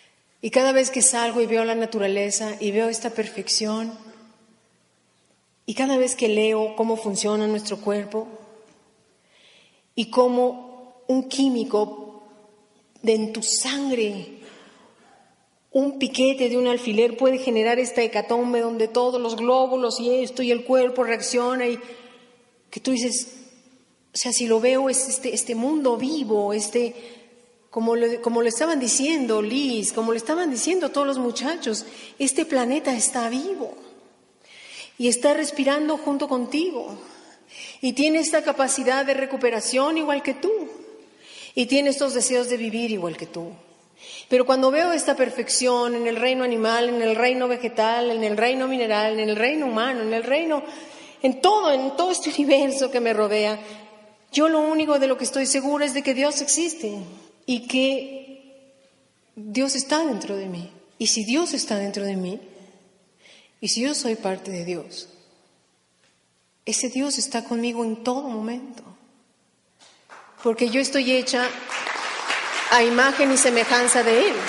Y cada vez que salgo y veo la naturaleza y veo esta perfección, y cada vez que leo cómo funciona nuestro cuerpo y cómo un químico en tu sangre, un piquete de un alfiler puede generar esta hecatombe donde todos los glóbulos y esto y el cuerpo reacciona, y que tú dices, o sea, si lo veo es este mundo vivo, como lo estaban diciendo Liz, como lo estaban diciendo todos los muchachos, este planeta está vivo y está respirando junto contigo y tiene esta capacidad de recuperación igual que tú y tiene estos deseos de vivir igual que tú. Pero cuando veo esta perfección en el reino animal, en el reino vegetal, en el reino mineral, en el reino humano, en todo este universo que me rodea, yo lo único de lo que estoy segura es de que Dios existe y que Dios está dentro de mí. Y si Dios está dentro de mí, y si yo soy parte de Dios, ese Dios está conmigo en todo momento. Porque yo estoy hecha a imagen y semejanza de Él.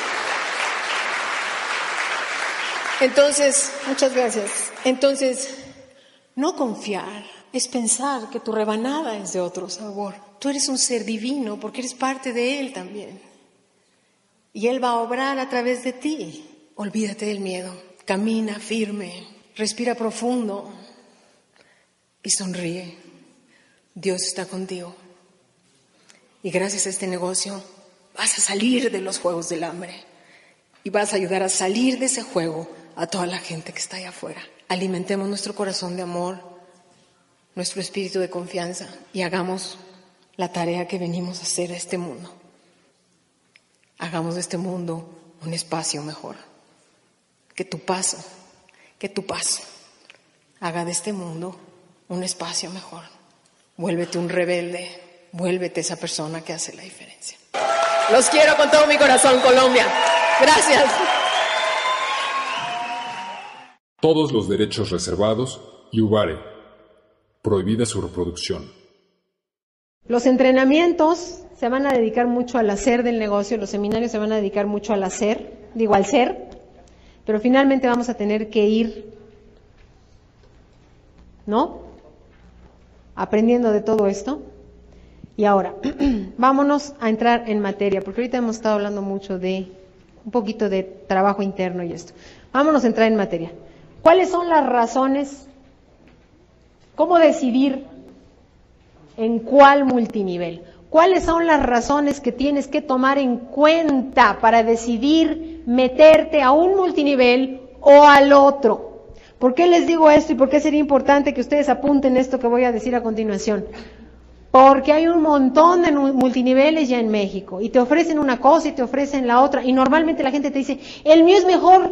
Entonces, muchas gracias. Entonces, no confiar es pensar que tu rebanada es de otro sabor. Tú eres un ser divino porque eres parte de Él también. Y Él va a obrar a través de ti. Olvídate del miedo. Camina firme, respira profundo y sonríe. Dios está contigo. Y gracias a este negocio vas a salir de los juegos del hambre y vas a ayudar a salir de ese juego a toda la gente que está allá afuera. Alimentemos nuestro corazón de amor, nuestro espíritu de confianza y hagamos la tarea que venimos a hacer a este mundo. Hagamos de este mundo un espacio mejor. Que tu paso haga de este mundo un espacio mejor. Vuélvete un rebelde, vuélvete esa persona que hace la diferencia. Los quiero con todo mi corazón, Colombia. Gracias. Todos los derechos reservados y Ubare. Prohibida su reproducción. Los entrenamientos se van a dedicar mucho al hacer del negocio, los seminarios se van a dedicar mucho al hacer, al ser, pero finalmente vamos a tener que ir, ¿no? Aprendiendo de todo esto. Y ahora, vámonos a entrar en materia, porque ahorita hemos estado hablando mucho de un poquito de trabajo interno y esto. Vámonos a entrar en materia. ¿Cuáles son las razones? ¿Cómo decidir en cuál multinivel? ¿Cuáles son las razones que tienes que tomar en cuenta para decidir meterte a un multinivel o al otro? ¿Por qué les digo esto y por qué sería importante que ustedes apunten esto que voy a decir a continuación? Porque hay un montón de multiniveles ya en México y te ofrecen una cosa y te ofrecen la otra y normalmente la gente te dice, el mío es mejor.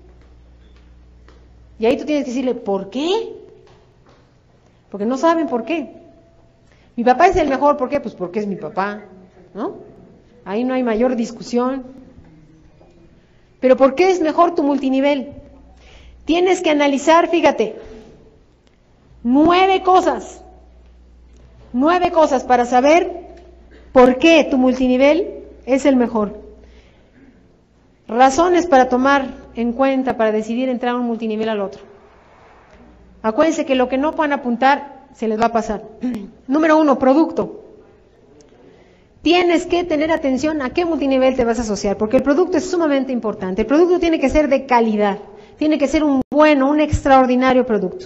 Y ahí tú tienes que decirle, ¿por qué? Porque no saben por qué. Mi papá es el mejor, ¿por qué? Pues porque es mi papá, ¿no? Ahí no hay mayor discusión. Pero ¿por qué es mejor tu multinivel? Tienes que analizar, fíjate, 9 cosas para saber por qué tu multinivel es el mejor. Razones para tomar en cuenta, para decidir entrar a un multinivel al otro. Acuérdense que lo que no puedan apuntar se les va a pasar. Número 1, producto. Tienes que tener atención a qué multinivel te vas a asociar, porque el producto es sumamente importante. El producto tiene que ser de calidad, tiene que ser un extraordinario producto.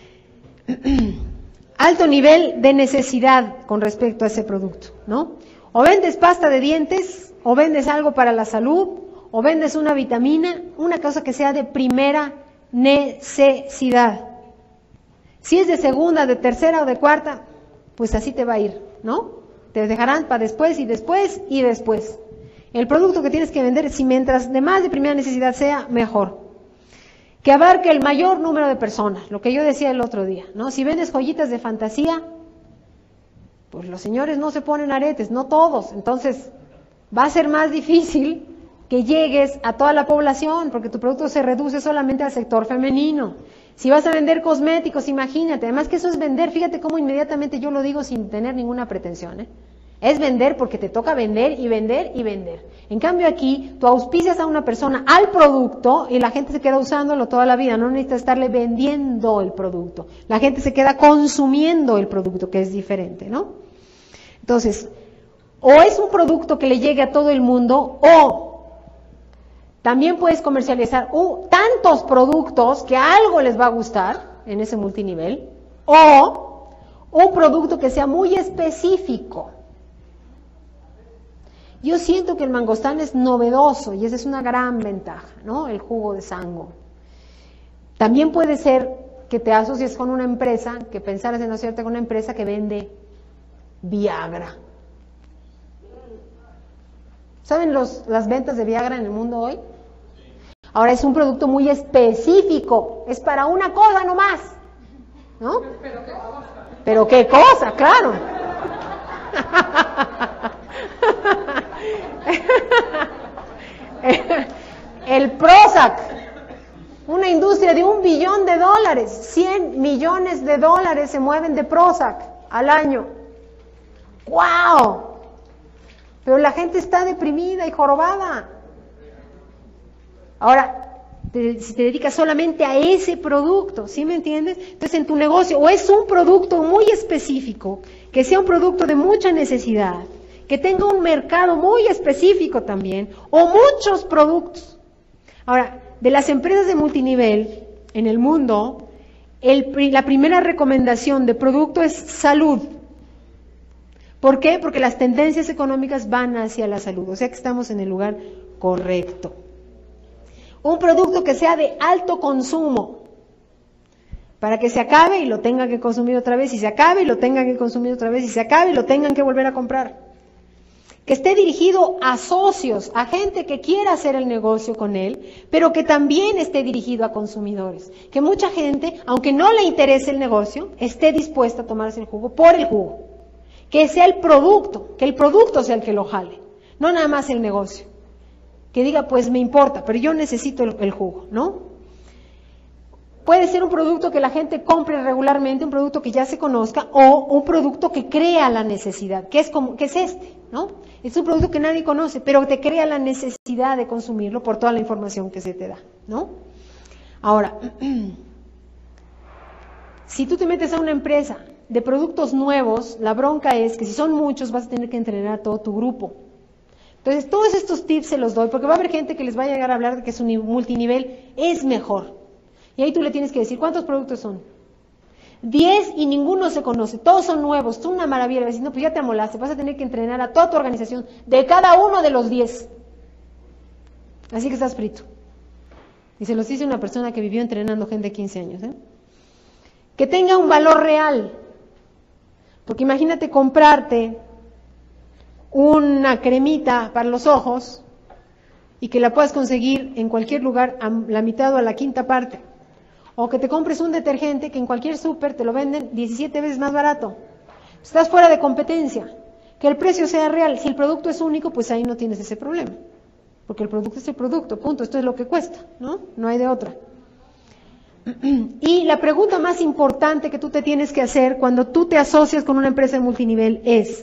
Alto nivel de necesidad con respecto a ese producto, ¿no? O vendes pasta de dientes, o vendes algo para la salud, o vendes una vitamina, una cosa que sea de primera necesidad. Si es de segunda, de tercera o de cuarta, pues así te va a ir, ¿no? Te dejarán para después y después y después. El producto que tienes que vender, si mientras de más de primera necesidad sea, mejor. Que abarque el mayor número de personas, lo que yo decía el otro día, ¿no? Si vendes joyitas de fantasía, pues los señores no se ponen aretes, no todos. Entonces, va a ser más difícil que llegues a toda la población, porque tu producto se reduce solamente al sector femenino. Si vas a vender cosméticos, imagínate, además que eso es vender, fíjate cómo inmediatamente yo lo digo sin tener ninguna pretensión, ¿eh? Es vender porque te toca vender y vender y vender. En cambio aquí, tú auspicias a una persona al producto y la gente se queda usándolo toda la vida, no necesitas estarle vendiendo el producto. La gente se queda consumiendo el producto, que es diferente, ¿no? Entonces, o es un producto que le llegue a todo el mundo, o también puedes comercializar tantos productos que algo les va a gustar en ese multinivel, o un producto que sea muy específico. Yo siento que el mangostán es novedoso y esa es una gran ventaja, ¿no? El jugo de sango. También puede ser que te asocies con una empresa, que pensaras en asociarte con una empresa que vende Viagra. ¿Saben las ventas de Viagra en el mundo hoy? Ahora es un producto muy específico, es para una cosa nomás, ¿no? Pero qué cosa, claro. El Prozac, una industria de $1 billón, 100 millones de dólares se mueven de Prozac al año. ¡Wow! Pero la gente está deprimida y jorobada. Ahora, si te dedicas solamente a ese producto, ¿sí me entiendes? Entonces en tu negocio, o es un producto muy específico, que sea un producto de mucha necesidad, que tenga un mercado muy específico también, o muchos productos. Ahora, de las empresas de multinivel en el mundo, la primera recomendación de producto es salud. ¿Por qué? Porque las tendencias económicas van hacia la salud, o sea que estamos en el lugar correcto. Un producto que sea de alto consumo, para que se acabe y lo tengan que consumir otra vez, y se acabe y lo tengan que consumir otra vez, y se acabe y lo tengan que volver a comprar. Que esté dirigido a socios, a gente que quiera hacer el negocio con él, pero que también esté dirigido a consumidores. Que mucha gente, aunque no le interese el negocio, esté dispuesta a tomarse el jugo por el jugo. Que sea el producto, que el producto sea el que lo jale, no nada más el negocio. Que diga, pues me importa, pero yo necesito el jugo, ¿no? Puede ser un producto que la gente compre regularmente, un producto que ya se conozca, o un producto que crea la necesidad, que es este, ¿no? Es un producto que nadie conoce, pero te crea la necesidad de consumirlo por toda la información que se te da, ¿no? Ahora, si tú te metes a una empresa de productos nuevos, la bronca es que si son muchos vas a tener que entrenar a todo tu grupo. Entonces, todos estos tips se los doy, porque va a haber gente que les va a llegar a hablar de que su multinivel es mejor. Y ahí tú le tienes que decir, ¿cuántos productos son? 10 y ninguno se conoce, todos son nuevos, son una maravilla. Le vas a decir, no, pues ya te amolaste, vas a tener que entrenar a toda tu organización de cada uno de los 10. Así que estás frito. Y se los dice una persona que vivió entrenando gente de 15 años. Que tenga un valor real. Porque imagínate comprarte una cremita para los ojos y que la puedas conseguir en cualquier lugar a la mitad o a la quinta parte. O que te compres un detergente que en cualquier súper te lo venden 17 veces más barato. Estás fuera de competencia. Que el precio sea real. Si el producto es único, pues ahí no tienes ese problema. Porque el producto es el producto, punto. Esto es lo que cuesta, ¿no? No hay de otra. Y la pregunta más importante que tú te tienes que hacer cuando tú te asocias con una empresa de multinivel es: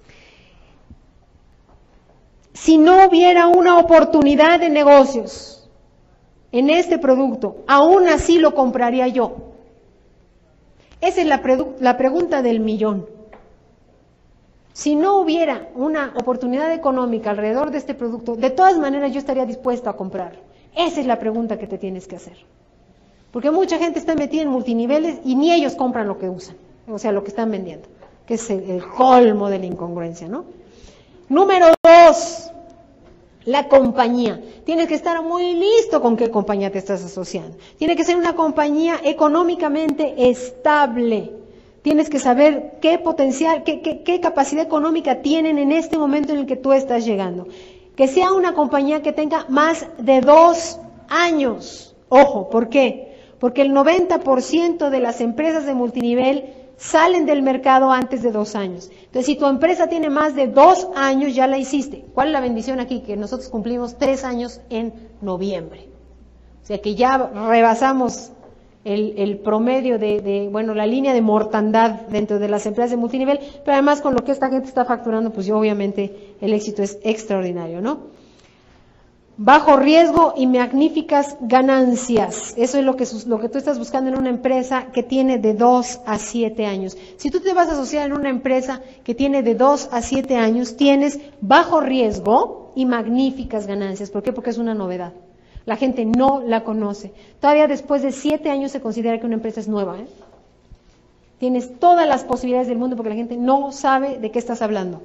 si no hubiera una oportunidad de negocios en este producto, aún así lo compraría yo. Esa es la pregunta del millón. Si no hubiera una oportunidad económica alrededor de este producto, de todas maneras yo estaría dispuesto a comprarlo. Esa es la pregunta que te tienes que hacer. Porque mucha gente está metida en multiniveles y ni ellos compran lo que usan, o sea, lo que están vendiendo, que es el colmo de la incongruencia, ¿no? Número 2, la compañía. Tienes que estar muy listo con qué compañía te estás asociando. Tiene que ser una compañía económicamente estable. Tienes que saber qué potencial, qué capacidad económica tienen en este momento en el que tú estás llegando. Que sea una compañía que tenga más de 2 años. Ojo, ¿por qué? Porque el 90% de las empresas de multinivel salen del mercado antes de 2 años. Entonces, si tu empresa tiene más de 2 años, ya la hiciste. ¿Cuál es la bendición aquí? Que nosotros cumplimos 3 años en noviembre. O sea que ya rebasamos el promedio la línea de mortandad dentro de las empresas de multinivel, pero además con lo que esta gente está facturando, pues obviamente el éxito es extraordinario, ¿no? Bajo riesgo y magníficas ganancias. Eso es lo que tú estás buscando en una empresa que tiene de 2 a 7 años. Si tú te vas a asociar en una empresa que tiene de 2 a 7 años, tienes bajo riesgo y magníficas ganancias. ¿Por qué? Porque es una novedad. La gente no la conoce. Todavía después de 7 años se considera que una empresa es nueva, ¿eh? Tienes todas las posibilidades del mundo porque la gente no sabe de qué estás hablando.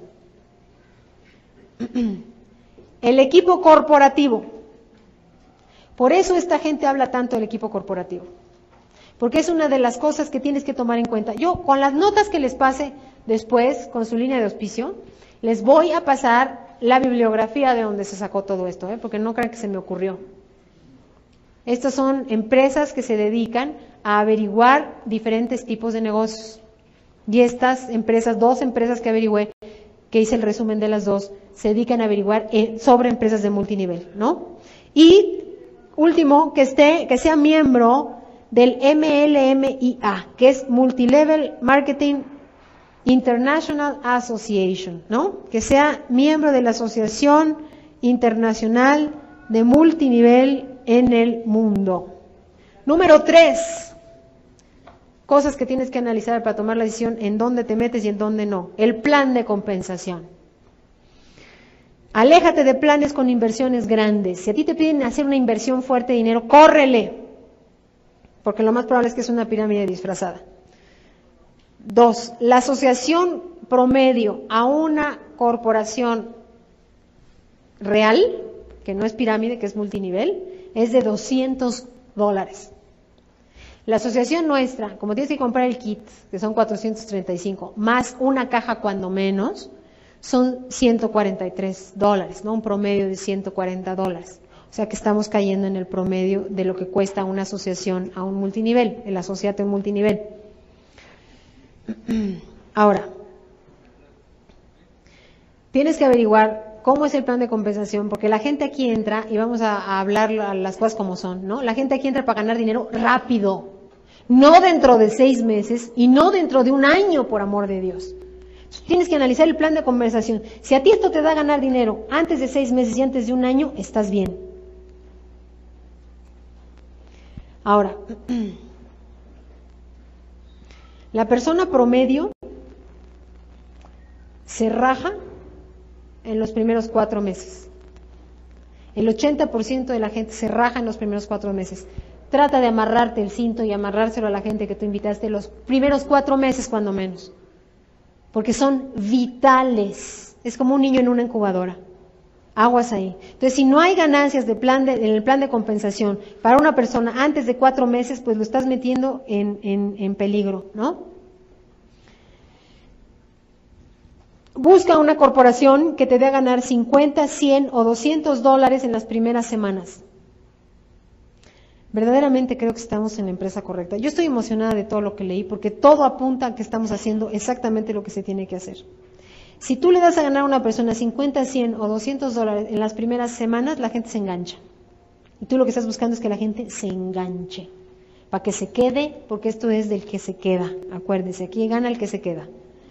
El equipo corporativo. Por eso esta gente habla tanto del equipo corporativo. Porque es una de las cosas que tienes que tomar en cuenta. Yo, con las notas que les pase después, con su línea de auspicio, les voy a pasar la bibliografía de donde se sacó todo esto, porque no crean que se me ocurrió. Estas son empresas que se dedican a averiguar diferentes tipos de negocios. Y estas empresas, 2 empresas que averigüé, que hice el resumen de las 2, se dedican a averiguar sobre empresas de multinivel, ¿no? Y último, que sea miembro del MLMIA, que es Multilevel Marketing International Association, ¿no? Que sea miembro de la Asociación Internacional de Multinivel en el mundo. Número 3, cosas que tienes que analizar para tomar la decisión en dónde te metes y en dónde no. El plan de compensación. Aléjate de planes con inversiones grandes. Si a ti te piden hacer una inversión fuerte de dinero, córrele, porque lo más probable es que es una pirámide disfrazada. 2, la asociación promedio a una corporación real, que no es pirámide, que es multinivel, es de $200. La asociación nuestra, como tienes que comprar el kit, que son 435, más una caja cuando menos, son $143, ¿no? Un promedio de $140. O sea que estamos cayendo en el promedio de lo que cuesta una asociación a un multinivel, el asociate a un multinivel. Ahora, tienes que averiguar cómo es el plan de compensación, porque la gente aquí entra, y vamos a hablar las cosas como son, ¿no? La gente aquí entra para ganar dinero rápido, no dentro de 6 meses y no dentro de un año, por amor de Dios. Tienes que analizar el plan de compensación. Si a ti esto te da ganar dinero antes de 6 meses y antes de un año, estás bien. Ahora, la persona promedio se raja en los primeros 4 meses. El 80% de la gente se raja en los primeros 4 meses. Trata de amarrarte el cinto y amarrárselo a la gente que tú invitaste los primeros 4 meses cuando menos. Porque son vitales. Es como un niño en una incubadora. Aguas ahí. Entonces, si no hay ganancias en el plan de compensación para una persona antes de 4 meses, pues lo estás metiendo en peligro, ¿no? Busca una corporación que te dé a ganar 50, 100 o $200 en las primeras semanas. Verdaderamente creo que estamos en la empresa correcta. Yo estoy emocionada de todo lo que leí porque todo apunta a que estamos haciendo exactamente lo que se tiene que hacer. Si tú le das a ganar a una persona 50, 100 o $200 en las primeras semanas, la gente se engancha. Y tú lo que estás buscando es que la gente se enganche, para que se quede, porque esto es del que se queda. Acuérdense, aquí gana el que se queda.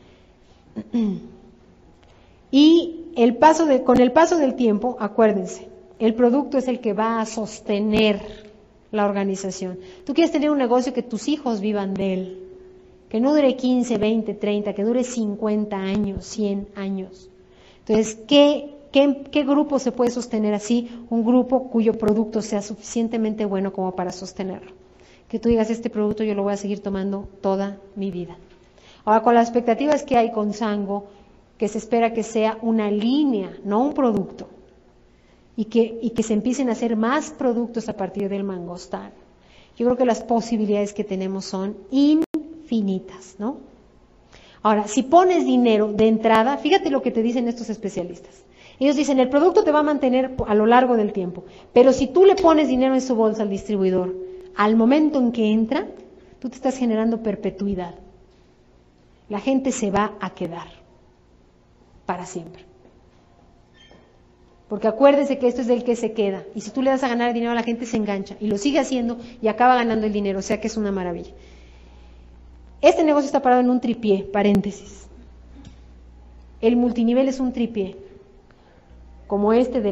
Y con el paso del tiempo, acuérdense, el producto es el que va a sostener la organización. Tú quieres tener un negocio que tus hijos vivan de él, que no dure 15, 20, 30, que dure 50 años, 100 años. Entonces, ¿qué grupo se puede sostener así? Un grupo cuyo producto sea suficientemente bueno como para sostenerlo. Que tú digas, este producto yo lo voy a seguir tomando toda mi vida. Ahora, con las expectativas que hay con Sango, que se espera que sea una línea, no un producto, y que se empiecen a hacer más productos a partir del mangostán. Yo creo que las posibilidades que tenemos son infinitas, ¿no? Ahora, si pones dinero de entrada, fíjate lo que te dicen estos especialistas. Ellos dicen, el producto te va a mantener a lo largo del tiempo, pero si tú le pones dinero en su bolsa al distribuidor, al momento en que entra, tú te estás generando perpetuidad. La gente se va a quedar para siempre. Porque acuérdese que esto es del que se queda. Y si tú le das a ganar dinero a la gente, se engancha. Y lo sigue haciendo y acaba ganando el dinero. O sea que es una maravilla. Este negocio está parado en un tripié, paréntesis. El multinivel es un tripié. Como este de la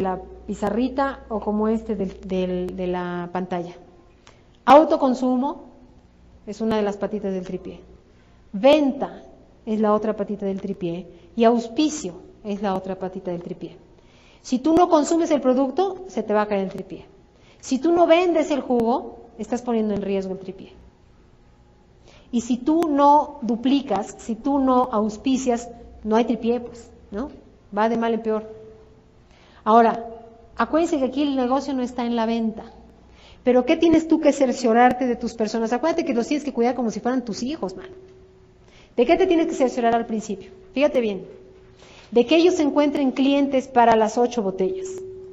pizarrita o como este de la pantalla. Autoconsumo es una de las patitas del tripié. Venta es la otra patita del tripié. Y auspicio es la otra patita del tripié. Si tú no consumes el producto, se te va a caer el tripié. Si tú no vendes el jugo, estás poniendo en riesgo el tripié. Y si tú no duplicas, si tú no auspicias, no hay tripié, pues, ¿no? Va de mal en peor. Ahora, acuérdense que aquí el negocio no está en la venta. Pero ¿qué tienes tú que cerciorarte de tus personas? Acuérdate que los tienes que cuidar como si fueran tus hijos, man. ¿De qué te tienes que cerciorar al principio? Fíjate bien. De que ellos encuentren clientes para las 8 botellas.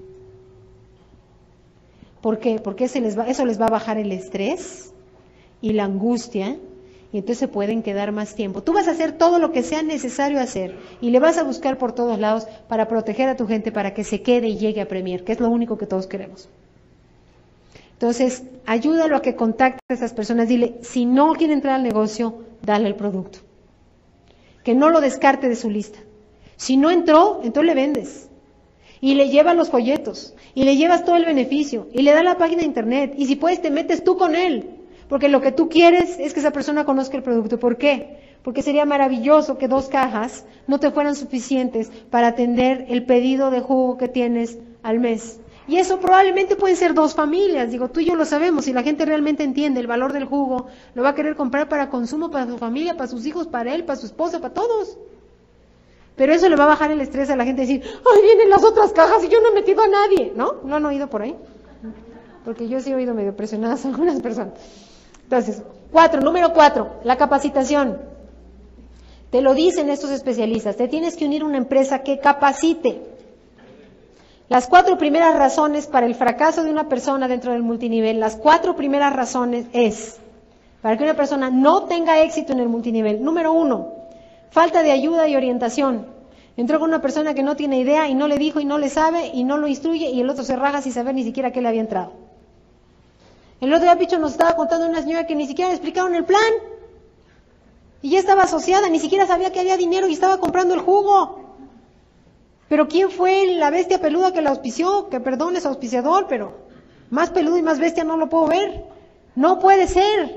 ¿Por qué? Porque eso les va a bajar el estrés y la angustia, y entonces se pueden quedar más tiempo. Tú vas a hacer todo lo que sea necesario hacer, y le vas a buscar por todos lados para proteger a tu gente, para que se quede y llegue a Premier, que es lo único que todos queremos. Entonces, ayúdalo a que contacte a esas personas, dile, si no quiere entrar al negocio, dale el producto. Que no lo descarte de su lista. Si no entró, entonces le vendes. Y le llevas los folletos, y le llevas todo el beneficio, y le das la página de internet, y si puedes te metes tú con él, porque lo que tú quieres es que esa persona conozca el producto. ¿Por qué? Porque sería maravilloso que 2 cajas no te fueran suficientes para atender el pedido de jugo que tienes al mes. Y eso probablemente pueden ser 2 familias, digo, tú y yo lo sabemos, si la gente realmente entiende el valor del jugo, lo va a querer comprar para consumo, para su familia, para sus hijos, para él, para su esposa, para todos. Pero eso le va a bajar el estrés a la gente, decir, ¡ay, vienen las otras cajas y yo no he metido a nadie! ¿No? ¿Lo han oído por ahí? Porque yo sí he oído medio presionadas a algunas personas. Entonces, número 4, la capacitación. Te lo dicen estos especialistas, te tienes que unir a una empresa que capacite. Las 4 primeras razones para el fracaso de una persona dentro del multinivel, las 4 primeras razones es, para que una persona no tenga éxito en el multinivel. Número 1, falta de ayuda y orientación. Entró con una persona que no tiene idea y no le dijo y no le sabe y no lo instruye y el otro se raja sin saber ni siquiera qué le había entrado. El otro día Picho nos estaba contando una señora que ni siquiera le explicaron el plan. Y ya estaba asociada, ni siquiera sabía que había dinero y estaba comprando el jugo. Pero ¿quién fue la bestia peluda que la auspició? Que perdón, es auspiciador, pero más peludo y más bestia no lo puedo ver. No puede ser.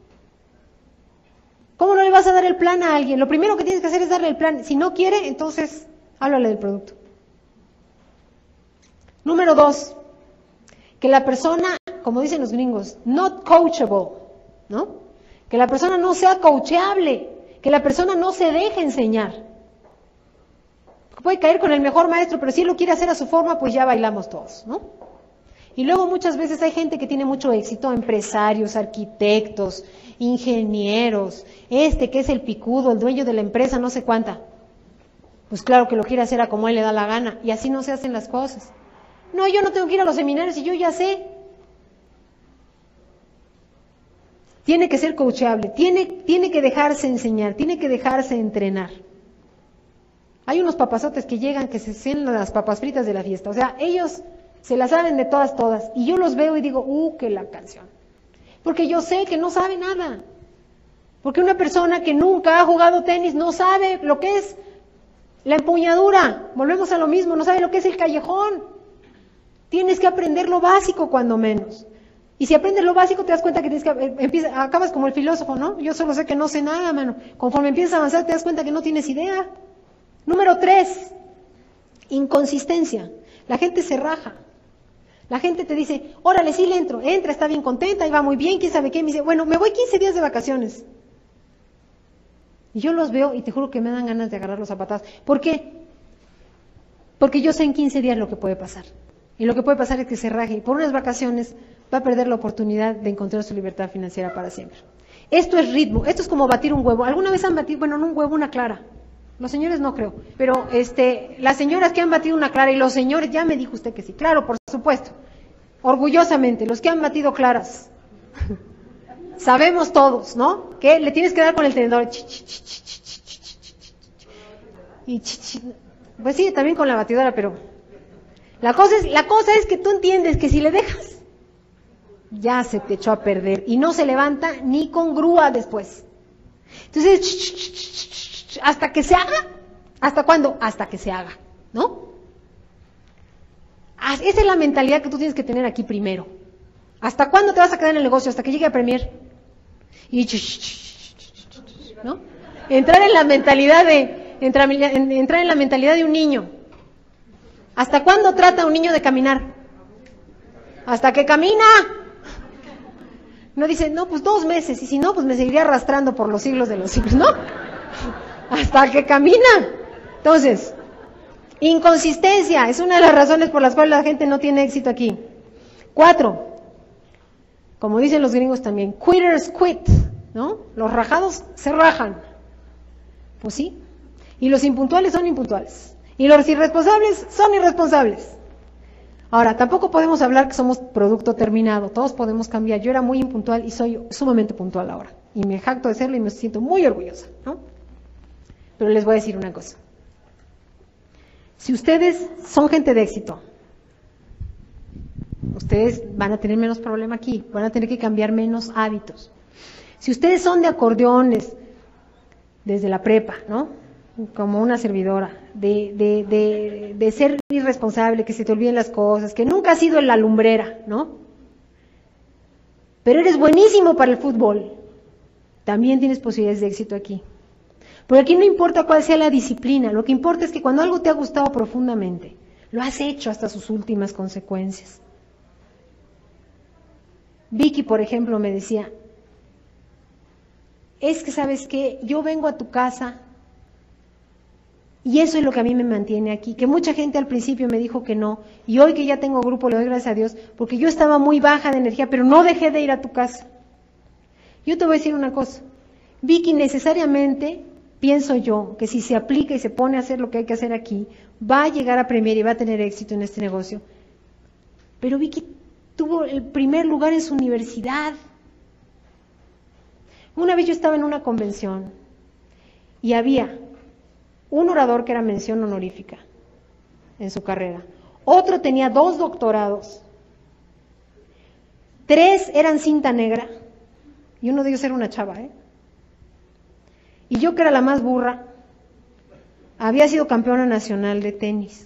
¿Cómo no le vas a dar el plan a alguien? Lo primero que tienes que hacer es darle el plan. Si no quiere, entonces háblale del producto. Número 2, que la persona, como dicen los gringos, not coachable, ¿no? Que la persona no sea coachable, que la persona no se deje enseñar. Puede caer con el mejor maestro, pero si él lo quiere hacer a su forma, pues ya bailamos todos, ¿no? Y luego muchas veces hay gente que tiene mucho éxito, empresarios, arquitectos, ingenieros, que es el picudo, el dueño de la empresa, no sé cuánta. Pues claro que lo quiere hacer a como él le da la gana, y así no se hacen las cosas. No, yo no tengo que ir a los seminarios y yo ya sé. Tiene que ser coachable, tiene que dejarse enseñar, tiene que dejarse entrenar. Hay unos papazotes que llegan que se hacen las papas fritas de la fiesta, o sea, ellos se las saben de todas, y yo los veo y digo, que la canción. Porque yo sé que no sabe nada. Porque una persona que nunca ha jugado tenis no sabe lo que es la empuñadura, volvemos a lo mismo, no sabe lo que es el callejón. Tienes que aprender lo básico cuando menos. Y si aprendes lo básico te das cuenta que tienes que acabas como el filósofo, ¿no? Yo solo sé que no sé nada, mano. Conforme empiezas a avanzar te das cuenta que no tienes idea. Número 3, inconsistencia. La gente se raja. La gente te dice, órale, sí le entro, entra, está bien contenta, y va muy bien, quién sabe qué, me dice, bueno, me voy 15 días de vacaciones. Y yo los veo y te juro que me dan ganas de agarrarlos a patadas. ¿Por qué? Porque yo sé en 15 días lo que puede pasar. Y lo que puede pasar es que se raje y por unas vacaciones va a perder la oportunidad de encontrar su libertad financiera para siempre. Esto es ritmo, esto es como batir un huevo. ¿Alguna vez han batido, bueno, no un huevo, una clara? Los señores no creo, pero las señoras que han batido una clara y los señores, ya me dijo usted que sí, claro, por supuesto, orgullosamente, los que han batido claras, sabemos todos, ¿no? Que le tienes que dar con el tenedor, y pues sí, también con la batidora, pero la cosa es que tú entiendes que si le dejas, ya se te echó a perder y no se levanta ni con grúa después. Entonces, hasta que se haga. ¿Hasta cuándo? Hasta que se haga, ¿no? Esa es la mentalidad que tú tienes que tener aquí primero. ¿Hasta cuándo te vas a quedar en el negocio? Hasta que llegue a Premier. Y ¿no? Entrar en la mentalidad de un niño. ¿Hasta cuándo trata un niño de caminar? Hasta que camina. No dice, no, pues 2 meses, y si no, pues me seguiría arrastrando por los siglos de los siglos, ¿no? Hasta que camina. Entonces, inconsistencia es una de las razones por las cuales la gente no tiene éxito aquí. 4, como dicen los gringos también, quitters quit, ¿no? Los rajados se rajan. Pues sí. Y los impuntuales son impuntuales. Y los irresponsables son irresponsables. Ahora, tampoco podemos hablar que somos producto terminado. Todos podemos cambiar. Yo era muy impuntual y soy sumamente puntual ahora. Y me jacto de serlo y me siento muy orgullosa, ¿no? Pero les voy a decir una cosa. Si ustedes son gente de éxito, ustedes van a tener menos problema aquí, van a tener que cambiar menos hábitos. Si ustedes son de acordeones desde la prepa, ¿no? Como una servidora, de ser irresponsable, que se te olviden las cosas, que nunca has sido la lumbrera, ¿no? Pero eres buenísimo para el fútbol, también tienes posibilidades de éxito aquí. Porque aquí no importa cuál sea la disciplina, lo que importa es que cuando algo te ha gustado profundamente, lo has hecho hasta sus últimas consecuencias. Vicky, por ejemplo, me decía, es que sabes qué, yo vengo a tu casa y eso es lo que a mí me mantiene aquí, que mucha gente al principio me dijo que no, y hoy que ya tengo grupo le doy gracias a Dios, porque yo estaba muy baja de energía, pero no dejé de ir a tu casa. Yo te voy a decir una cosa, Vicky, necesariamente pienso yo que si se aplica y se pone a hacer lo que hay que hacer aquí, va a llegar a Premier y va a tener éxito en este negocio. Pero Vicky tuvo el primer lugar en su universidad. Una vez yo estaba en una convención y había un orador que era mención honorífica en su carrera, otro tenía 2 doctorados, 3 eran cinta negra y uno de ellos era una chava, y yo, que era la más burra, había sido campeona nacional de tenis.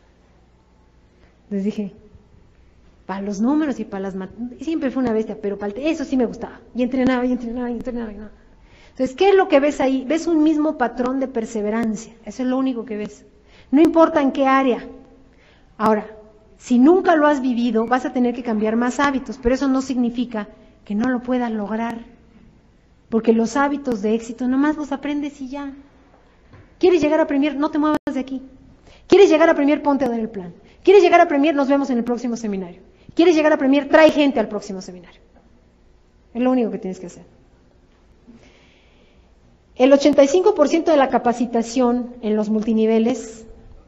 Les dije, para los números y para las matemáticas, siempre fue una bestia, pero para eso sí me gustaba. Y entrenaba. Entonces, ¿qué es lo que ves ahí? Ves un mismo patrón de perseverancia, eso es lo único que ves. No importa en qué área. Ahora, si nunca lo has vivido, vas a tener que cambiar más hábitos, pero eso no significa que no lo puedas lograr. Porque los hábitos de éxito nomás los aprendes y ya. ¿Quieres llegar a Premier? No te muevas de aquí. ¿Quieres llegar a Premier? Ponte a dar el plan. ¿Quieres llegar a Premier? Nos vemos en el próximo seminario. ¿Quieres llegar a Premier? Trae gente al próximo seminario. Es lo único que tienes que hacer. El 85% de la capacitación en los multiniveles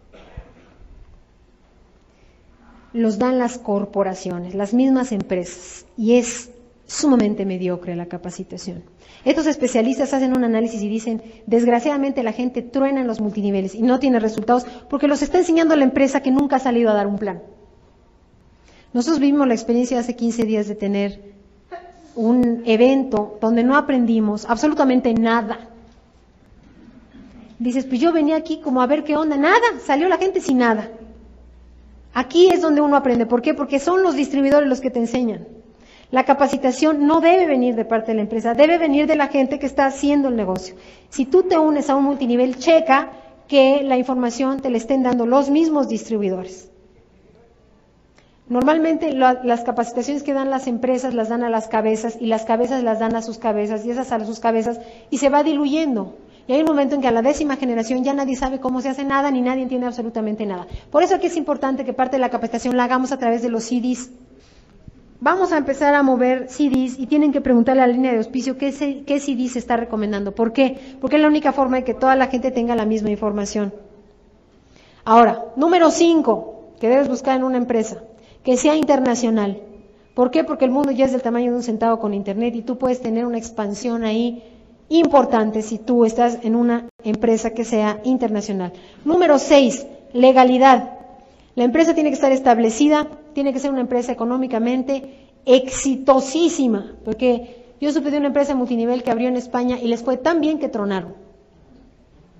los dan las corporaciones, las mismas empresas, y es sumamente mediocre la capacitación. Estos especialistas hacen un análisis y dicen, desgraciadamente la gente truena en los multiniveles y no tiene resultados porque los está enseñando la empresa que nunca ha salido a dar un plan. Nosotros vivimos la experiencia hace 15 días de tener un evento donde no aprendimos absolutamente nada. Dices, pues yo venía aquí como a ver qué onda, nada, salió la gente sin nada. Aquí es donde uno aprende. ¿Por qué? Porque son los distribuidores los que te enseñan. La capacitación no debe venir de parte de la empresa, debe venir de la gente que está haciendo el negocio. Si tú te unes a un multinivel, checa que la información te la estén dando los mismos distribuidores. Normalmente las capacitaciones que dan las empresas las dan a las cabezas y las cabezas las dan a sus cabezas y esas a sus cabezas y se va diluyendo. Y hay un momento en que a la 10ª generación ya nadie sabe cómo se hace nada ni nadie entiende absolutamente nada. Por eso aquí es importante que parte de la capacitación la hagamos a través de los CDs. Vamos a empezar a mover CDs y tienen que preguntarle a la línea de auspicio qué CD se está recomendando. ¿Por qué? Porque es la única forma de que toda la gente tenga la misma información. Ahora, número 5, que debes buscar en una empresa, que sea internacional. ¿Por qué? Porque el mundo ya es del tamaño de un centavo con internet y tú puedes tener una expansión ahí importante si tú estás en una empresa que sea internacional. Número 6, legalidad. La empresa tiene que estar establecida, tiene que ser una empresa económicamente exitosísima, porque yo supe de una empresa multinivel que abrió en España y les fue tan bien que tronaron.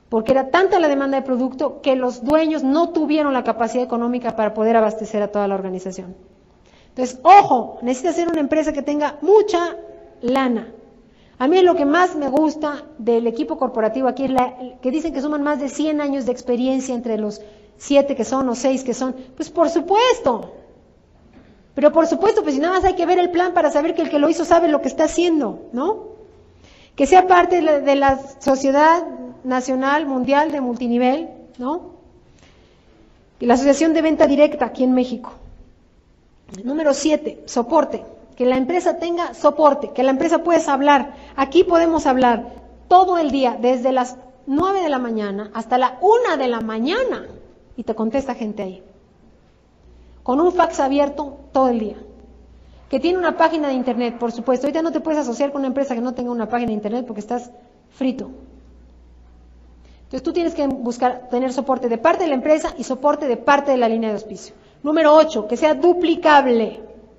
porque era tanta la demanda de producto que los dueños no tuvieron la capacidad económica para poder abastecer a toda la organización. Entonces, ojo, necesita ser una empresa que tenga mucha lana. A mí lo que más me gusta del equipo corporativo aquí es que dicen que suman más de 100 años de experiencia entre los 7 que son o 6 que son. Pues por supuesto. Pero por supuesto, pues si nada más hay que ver el plan para saber que el que lo hizo sabe lo que está haciendo, ¿no? Que sea parte de la Sociedad Nacional Mundial de Multinivel, ¿no? Y la Asociación de Venta Directa aquí en México. Número 7, soporte. Que la empresa tenga soporte, que la empresa puedas hablar. Aquí podemos hablar todo el día, desde las 9 de la mañana hasta la 1 de la mañana, y te contesta gente ahí. Con un fax abierto todo el día. Que tiene una página de internet, por supuesto. Ahorita no te puedes asociar con una empresa que no tenga una página de internet porque estás frito. Entonces tú tienes que buscar tener soporte de parte de la empresa y soporte de parte de la línea de auspicio. Número 8, que sea duplicable.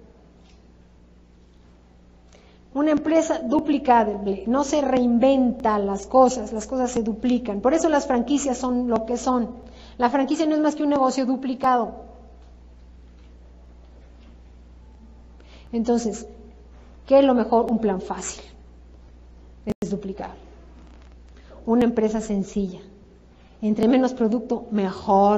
Una empresa duplicable, no se reinventa las cosas se duplican. Por eso las franquicias son lo que son. La franquicia no es más que un negocio duplicado. Entonces, ¿qué es lo mejor? Un plan fácil. Es duplicable. Una empresa sencilla. Entre menos producto, mejor.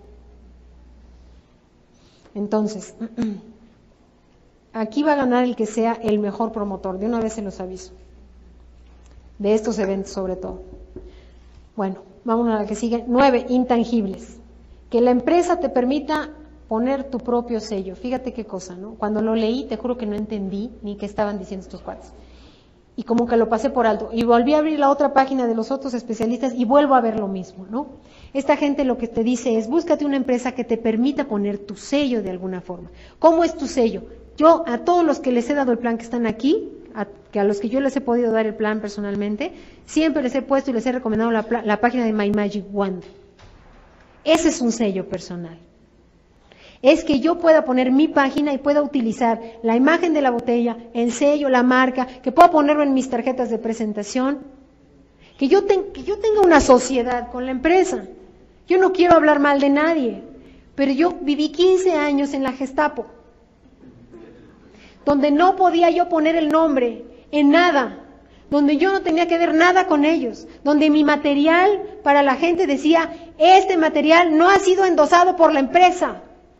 Entonces, aquí va a ganar el que sea el mejor promotor, de una vez se los aviso, de estos eventos sobre todo. Bueno, vamos a la que sigue. 9, intangibles. Que la empresa te permita poner tu propio sello. Fíjate qué cosa, ¿no? Cuando lo leí, te juro que no entendí ni qué estaban diciendo estos cuates. Y como que lo pasé por alto. Y volví a abrir la otra página de los otros especialistas y vuelvo a ver lo mismo, ¿no? Esta gente lo que te dice es, búscate una empresa que te permita poner tu sello de alguna forma. ¿Cómo es tu sello? Yo a todos los que les he dado el plan que están aquí, a los que yo les he podido dar el plan personalmente, siempre les he puesto y les he recomendado la página de My Magic Wand. Ese es un sello personal. Es que yo pueda poner mi página y pueda utilizar la imagen de la botella, el sello, la marca, que pueda ponerlo en mis tarjetas de presentación, que yo tenga una sociedad con la empresa. Yo no quiero hablar mal de nadie, pero yo viví 15 años en la Gestapo, donde no podía yo poner el nombre en nada, donde yo no tenía que ver nada con ellos, donde mi material para la gente decía, este material no ha sido endosado por la empresa,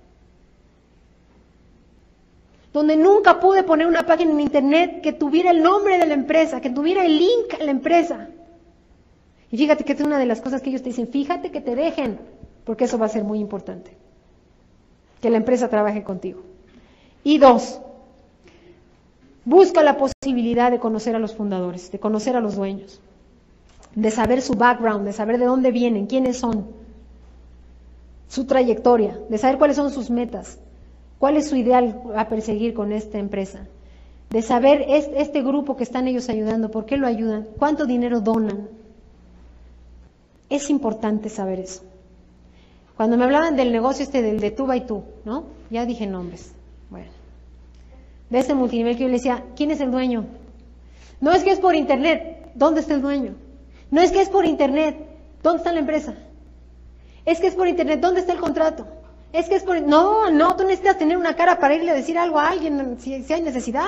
donde nunca pude poner una página en internet que tuviera el nombre de la empresa, que tuviera el link a la empresa. Y fíjate que es una de las cosas que ellos te dicen, fíjate que te dejen, porque eso va a ser muy importante, que la empresa trabaje contigo. Y 2, busca la posibilidad de conocer a los fundadores, de conocer a los dueños, de saber su background, de saber de dónde vienen, quiénes son, su trayectoria, de saber cuáles son sus metas, cuál es su ideal a perseguir con esta empresa, de saber este grupo que están ellos ayudando, por qué lo ayudan, cuánto dinero donan. Es importante saber eso. Cuando me hablaban del negocio del de tú by tú, ¿no? Ya dije nombres. Bueno, de ese multinivel que yo le decía, ¿quién es el dueño? No es que es por internet, ¿dónde está el dueño? No es que es por internet, ¿dónde está la empresa? Es que es por internet, ¿dónde está el contrato? Es que es por... No, tú necesitas tener una cara para irle a decir algo a alguien si hay necesidad.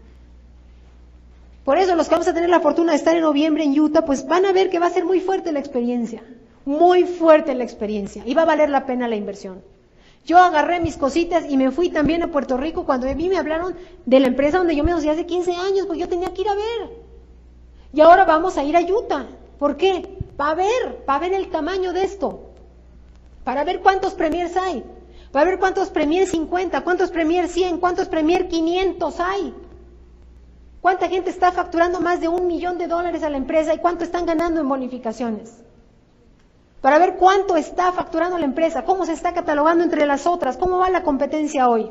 Por eso los que vamos a tener la fortuna de estar en noviembre en Utah, pues van a ver que va a ser muy fuerte la experiencia, muy fuerte la experiencia, y va a valer la pena la inversión. Yo agarré mis cositas y me fui también a Puerto Rico cuando a mí me hablaron de la empresa donde yo me asocié hace 15 años, pues yo tenía que ir a ver. Y ahora vamos a ir a Utah. ¿Por qué? Para ver el tamaño de esto. Para ver cuántos Premier hay, para ver cuántos Premier 50, cuántos Premier 100, cuántos Premier 500 hay. ¿Cuánta gente está facturando más de $1 millón a la empresa y cuánto están ganando en bonificaciones? Para ver cuánto está facturando la empresa, cómo se está catalogando entre las otras, cómo va la competencia hoy.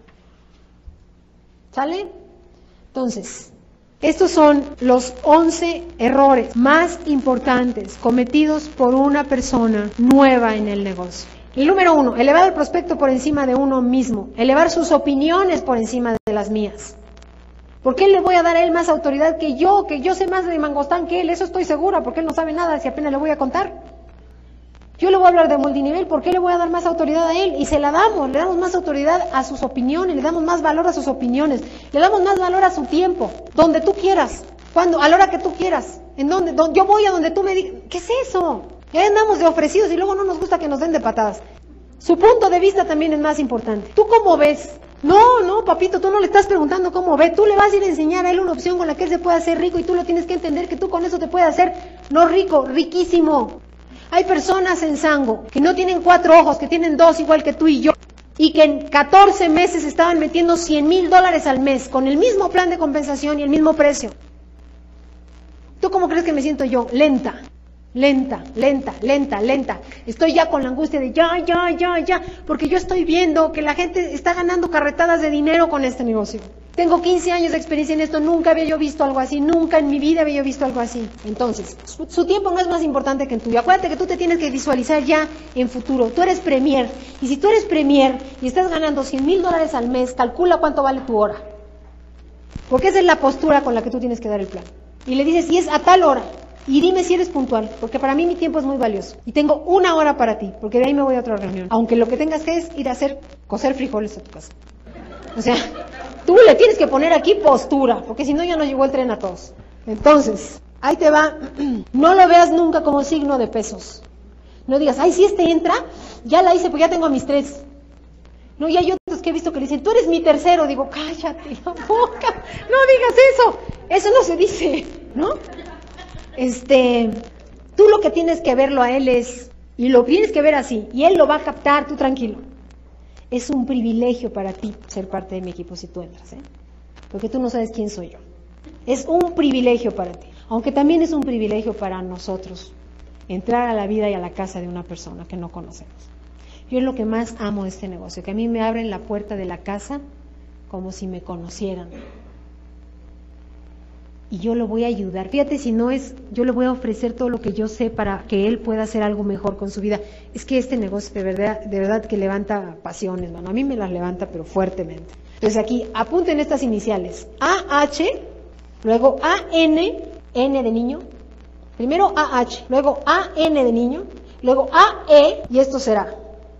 ¿Sale? Entonces, estos son los 11 errores más importantes cometidos por una persona nueva en el negocio. El número 1, elevar el prospecto por encima de uno mismo, elevar sus opiniones por encima de las mías. ¿Por qué le voy a dar a él más autoridad que yo sé más de mangostán que él? Eso estoy segura, porque él no sabe nada si apenas le voy a contar. Yo le voy a hablar de multinivel, ¿por qué le voy a dar más autoridad a él? Y se la damos, le damos más autoridad a sus opiniones, le damos más valor a sus opiniones, le damos más valor a su tiempo, donde tú quieras, cuando, a la hora que tú quieras, en donde yo voy a donde tú me digas. ¿Qué es eso? Ya andamos de ofrecidos y luego no nos gusta que nos den de patadas. Su punto de vista también es más importante. ¿Tú cómo ves? No, papito, tú no le estás preguntando cómo ve, tú le vas a ir a enseñar a él una opción con la que él se puede hacer rico y tú lo tienes que entender que tú con eso te puedes hacer, no rico, riquísimo. Hay personas en Sango que no tienen 4 ojos, que tienen 2 igual que tú y yo, y que en 14 meses estaban metiendo $100,000 al mes con el mismo plan de compensación y el mismo precio. ¿Tú cómo crees que me siento yo? Lenta. Estoy ya con la angustia de ya, porque yo estoy viendo que la gente está ganando carretadas de dinero con este negocio. Tengo 15 años de experiencia en esto, nunca había yo visto algo así, nunca en mi vida había yo visto algo así. Entonces, su tiempo no es más importante que el tuyo. Acuérdate que tú te tienes que visualizar ya en futuro. Tú eres premier, y si tú eres premier y estás ganando $100,000 al mes, calcula cuánto vale tu hora. Porque esa es la postura con la que tú tienes que dar el plan. Y le dices, y es a tal hora. Y dime si eres puntual, porque para mí mi tiempo es muy valioso. Y tengo 1 hora para ti, porque de ahí me voy a otra reunión. Aunque lo que tengas que es ir a cocer frijoles a tu casa. O sea, tú le tienes que poner aquí postura, porque si no ya nos llegó el tren a todos. Entonces, ahí te va. No lo veas nunca como signo de pesos. No digas, ay, si este entra, ya la hice, pues ya tengo a mis 3. No, y hay otros que he visto que le dicen, tú eres mi tercero. Digo, cállate la boca, no digas eso. Eso no se dice, ¿no? Tú lo que tienes que verlo a él es, y lo tienes que ver así, y él lo va a captar, tú tranquilo. Es un privilegio para ti ser parte de mi equipo si tú entras, porque tú no sabes quién soy yo. Es un privilegio para ti, aunque también es un privilegio para nosotros entrar a la vida y a la casa de una persona que no conocemos. Yo es lo que más amo de este negocio, que a mí me abren la puerta de la casa como si me conocieran. Y yo lo voy a ayudar. Fíjate, si no es, yo le voy a ofrecer todo lo que yo sé para que él pueda hacer algo mejor con su vida. Es que este negocio de verdad que levanta pasiones, mano. A mí me las levanta, pero fuertemente. Entonces aquí, apunten estas iniciales. AH, luego AN, N de niño. Primero AH, luego AN de niño, luego AE, y esto será.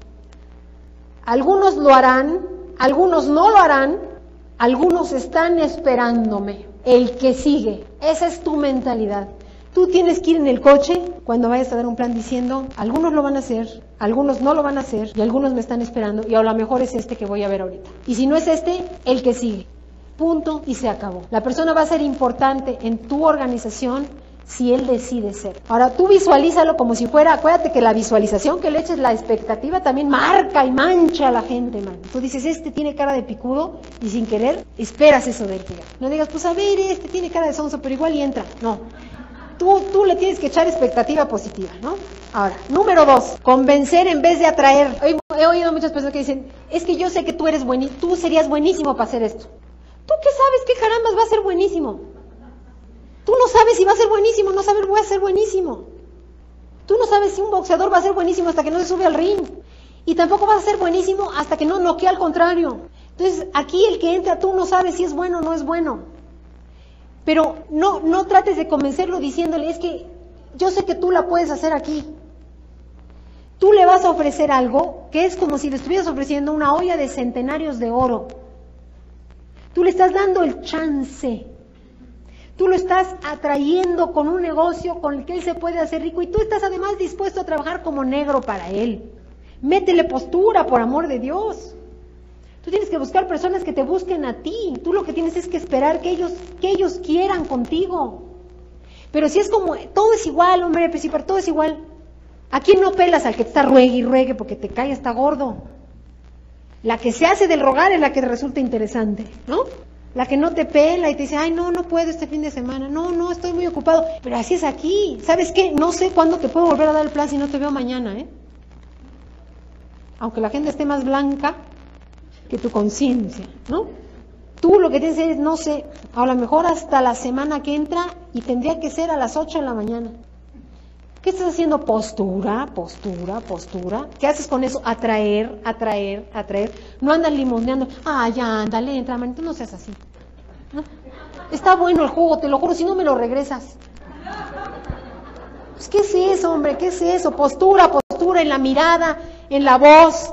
Algunos lo harán, algunos no lo harán, algunos están esperándome. El que sigue, esa es tu mentalidad. Tú tienes que ir en el coche cuando vayas a dar un plan diciendo, algunos lo van a hacer, algunos no lo van a hacer y algunos me están esperando y a lo mejor es este que voy a ver ahorita. Y si no es este, el que sigue. Punto y se acabó. La persona va a ser importante en tu organización si él decide ser. Ahora tú visualízalo como si fuera, acuérdate que la visualización que le eches, la expectativa también marca y mancha a la gente, man. Tú dices, este tiene cara de picudo y sin querer esperas eso de él. No digas, pues a ver, este tiene cara de sonso, pero igual y entra. No. Tú le tienes que echar expectativa positiva, ¿no? Ahora, número 2, convencer en vez de atraer. He oído muchas personas que dicen, es que yo sé que tú eres buenísimo, tú serías buenísimo para hacer esto. ¿Tú qué sabes qué carambas va a ser buenísimo? Tú no sabes si va a ser buenísimo, no sabes voy a ser buenísimo. Tú no sabes si un boxeador va a ser buenísimo hasta que no se sube al ring. Y tampoco vas a ser buenísimo hasta que no noquea al contrario. Entonces, aquí el que entra, tú no sabes si es bueno o no es bueno. Pero no trates de convencerlo diciéndole, es que yo sé que tú la puedes hacer aquí. Tú le vas a ofrecer algo que es como si le estuvieras ofreciendo una olla de centenarios de oro. Tú le estás dando el chance. Tú lo estás atrayendo con un negocio con el que él se puede hacer rico y tú estás además dispuesto a trabajar como negro para él. Métele postura, por amor de Dios. Tú tienes que buscar personas que te busquen a ti. Tú lo que tienes es que esperar que ellos quieran contigo. Pero si es como, todo es igual, hombre, principal, todo es igual. ¿A quién no pelas? Al que te está ruegue y ruegue porque te cae hasta gordo. La que se hace del rogar es la que resulta interesante, ¿no? La que no te pela y te dice, ay, no puedo este fin de semana, no, estoy muy ocupado. Pero así es aquí. ¿Sabes qué? No sé cuándo te puedo volver a dar el plan si no te veo mañana, Aunque la gente esté más blanca que tu conciencia, ¿no? Tú lo que tienes es, no sé, a lo mejor hasta la semana que entra y tendría que ser a las 8 de la mañana. ¿Qué estás haciendo? Postura. ¿Qué haces con eso? Atraer. No andas limoneando. Ah, ya, ándale, entra, manito, no seas así. ¿No? Está bueno el jugo, te lo juro, si no me lo regresas. Pues, ¿qué es eso, hombre? ¿Qué es eso? Postura en la mirada, en la voz.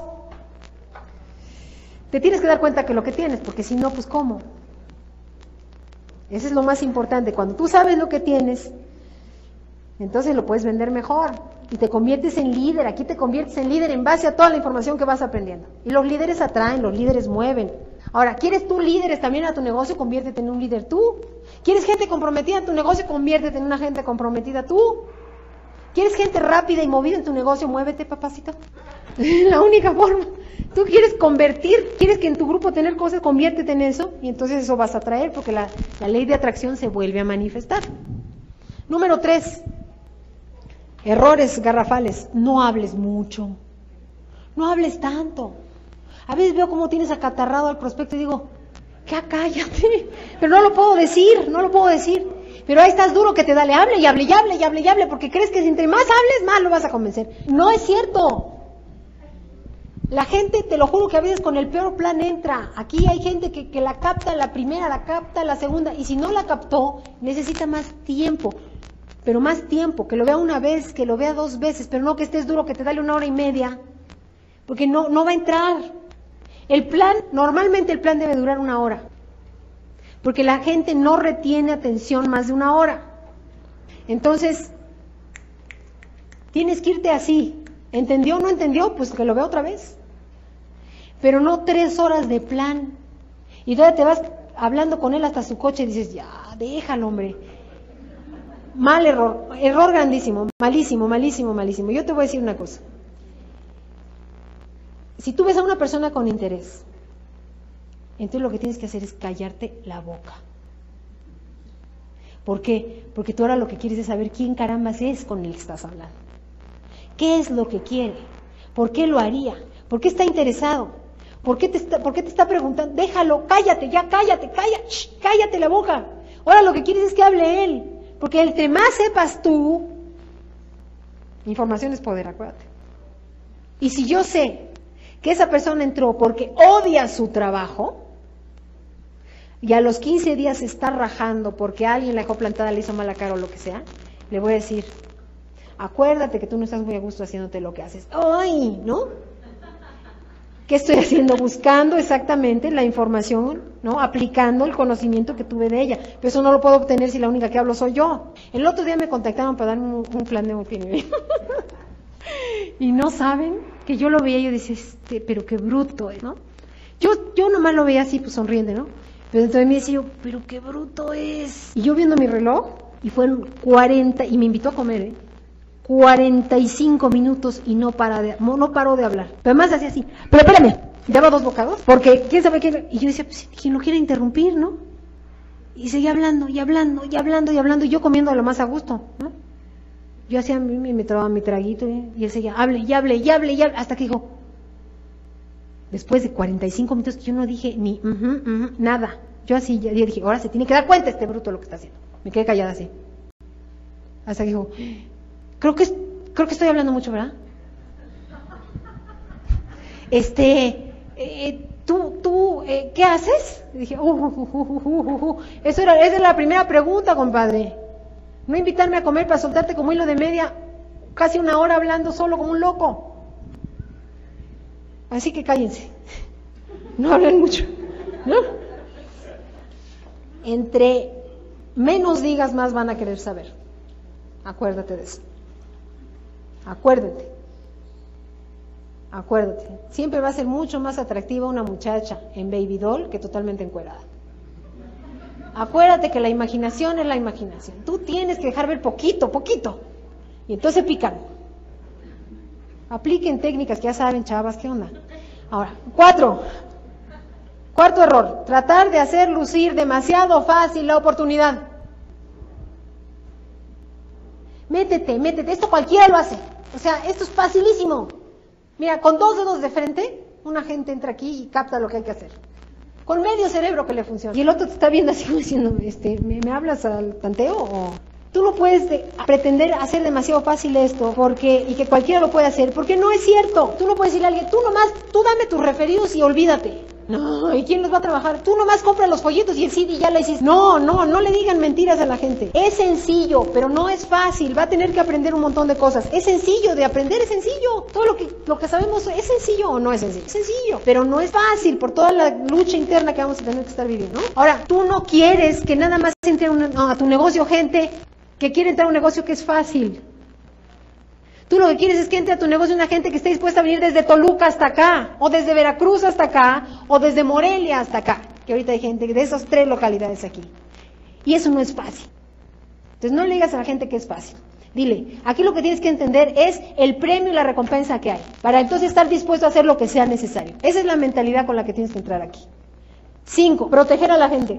Te tienes que dar cuenta que lo que tienes, porque si no, pues ¿cómo? Eso es lo más importante. Cuando tú sabes lo que tienes, entonces lo puedes vender mejor y te conviertes en líder. Aquí te conviertes en líder en base a toda la información que vas aprendiendo. Y los líderes atraen, los líderes mueven. Ahora, ¿quieres tú líderes también a tu negocio? Conviértete en un líder tú. ¿Quieres gente comprometida en tu negocio? Conviértete en una gente comprometida tú. ¿Quieres gente rápida y movida en tu negocio? Muévete, papacito. La única forma. Tú quieres convertir, quieres que en tu grupo tener cosas, conviértete en eso y entonces eso vas a atraer porque la ley de atracción se vuelve a manifestar. Número 3, errores garrafales. No hables mucho, no hables tanto. A veces veo cómo tienes acatarrado al prospecto y digo, ya cállate, pero no lo puedo decir. Pero ahí estás duro que te da, le hable y hable, porque crees que si entre más hables, más lo vas a convencer. No es cierto. La gente, te lo juro que a veces con el peor plan entra. Aquí hay gente que la capta, la primera, la capta, la segunda, y si no la captó, necesita más tiempo. Pero más tiempo, que lo vea una vez, que lo vea 2 veces, pero no que estés duro, que te dale 1 hora y media, porque no va a entrar. El plan, normalmente el plan debe durar 1 hora, porque la gente no retiene atención más de 1 hora. Entonces, tienes que irte así. ¿Entendió o no entendió? Pues que lo vea otra vez. Pero no 3 horas de plan. Y todavía te vas hablando con él hasta su coche y dices, ya, déjalo, hombre. Mal error grandísimo, malísimo. Yo te voy a decir una cosa. Si tú ves a una persona con interés, entonces lo que tienes que hacer es callarte la boca. ¿Por qué? Porque tú ahora lo que quieres es saber quién carambas es con el que estás hablando. ¿Qué es lo que quiere? ¿Por qué lo haría? ¿Por qué está interesado? ¿Por qué te está preguntando? Déjalo, cállate la boca. Ahora lo que quieres es que hable él, porque entre más sepas tú, información es poder, acuérdate. Y si yo sé que esa persona entró porque odia su trabajo, y a los 15 días se está rajando porque alguien la dejó plantada, le hizo mala cara o lo que sea, le voy a decir, acuérdate que tú no estás muy a gusto haciéndote lo que haces. ¡Ay! ¿No? ¿Qué estoy haciendo? Buscando exactamente la información, ¿no? Aplicando el conocimiento que tuve de ella. Pero eso no lo puedo obtener si la única que hablo soy yo. El otro día me contactaron para darme un plan de opinión. Y no saben que yo lo veía y yo decía, pero qué bruto, ¿no? Yo nomás lo veía así, pues sonriente, ¿no? Pero entonces me decía yo, pero qué bruto es. Y yo viendo mi reloj, y fueron 40, y me invitó a comer, 45 minutos y no paró de hablar. Pero además hacía así, pero espérame, daba 2 bocados, porque quién sabe qué. Y yo decía, pues quien lo quiera interrumpir, ¿no? Y seguía hablando, y yo comiendo a lo más a gusto, ¿no? Yo hacía, me tomaba mi traguito, y él seguía, hable, hasta que dijo, después de 45 minutos, yo no dije ni nada. Yo así, ya dije, ahora se tiene que dar cuenta este bruto de lo que está haciendo. Me quedé callada así. Hasta que dijo, creo que estoy hablando mucho, ¿verdad? ¿Tú qué haces? Y dije, esa era la primera pregunta, compadre. No invitarme a comer para soltarte como hilo de media, casi 1 hora hablando solo como un loco. Así que cállense. No hablen mucho, ¿no? Entre menos digas, más van a querer saber. Acuérdate de eso. Acuérdate. Siempre va a ser mucho más atractiva una muchacha en baby doll que totalmente encuerada. Acuérdate que la imaginación es la imaginación. Tú tienes que dejar ver poquito. Y entonces pican. Apliquen técnicas que ya saben, chavas, ¿qué onda? Ahora, 4. Cuarto error, tratar de hacer lucir demasiado fácil la oportunidad. Métete, esto cualquiera lo hace. O sea, esto es facilísimo. Mira, con 2 dedos de frente, una gente entra aquí y capta lo que hay que hacer. Con medio cerebro que le funciona. Y el otro te está viendo así como diciendo, ¿me hablas al tanteo? O tú no puedes pretender hacer demasiado fácil esto y que cualquiera lo puede hacer, porque no es cierto. Tú no puedes decirle a alguien, tú dame tus referidos y olvídate. No, ¿y quién los va a trabajar? Tú nomás compras los folletos y el CD ya la hiciste. No le digan mentiras a la gente. Es sencillo, pero no es fácil. Va a tener que aprender un montón de cosas. Es sencillo, de aprender es sencillo. Todo lo que sabemos es sencillo o no es sencillo. Es sencillo, pero no es fácil por toda la lucha interna que vamos a tener que estar viviendo, ¿no? Ahora, tú no quieres que nada más entre a tu negocio gente que quiere entrar a un negocio que es fácil. Tú lo que quieres es que entre a tu negocio una gente que esté dispuesta a venir desde Toluca hasta acá, o desde Veracruz hasta acá, o desde Morelia hasta acá, que ahorita hay gente de esas 3 localidades aquí. Y eso no es fácil. Entonces no le digas a la gente que es fácil. Dile, aquí lo que tienes que entender es el premio y la recompensa que hay, para entonces estar dispuesto a hacer lo que sea necesario. Esa es la mentalidad con la que tienes que entrar aquí. 5, proteger a la gente.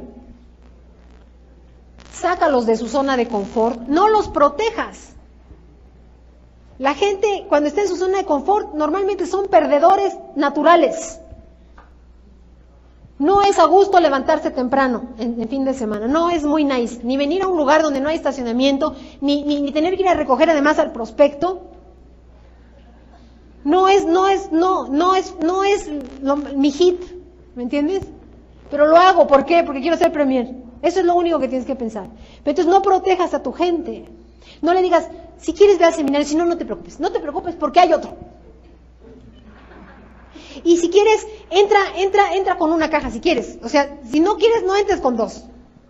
Sácalos de su zona de confort, no los protejas. La gente, cuando está en su zona de confort, normalmente son perdedores naturales. No es a gusto levantarse temprano en fin de semana, no es muy nice, ni venir a un lugar donde no hay estacionamiento, ni tener que ir a recoger además al prospecto. No es mi hit, ¿me entiendes? Pero lo hago, ¿por qué? Porque quiero ser premier. Eso es lo único que tienes que pensar. Pero entonces no protejas a tu gente. No le digas, si quieres ve al seminario, si no, no te preocupes. No te preocupes porque hay otro. Y si quieres, entra con una caja si quieres. O sea, si no quieres, no entres con 2.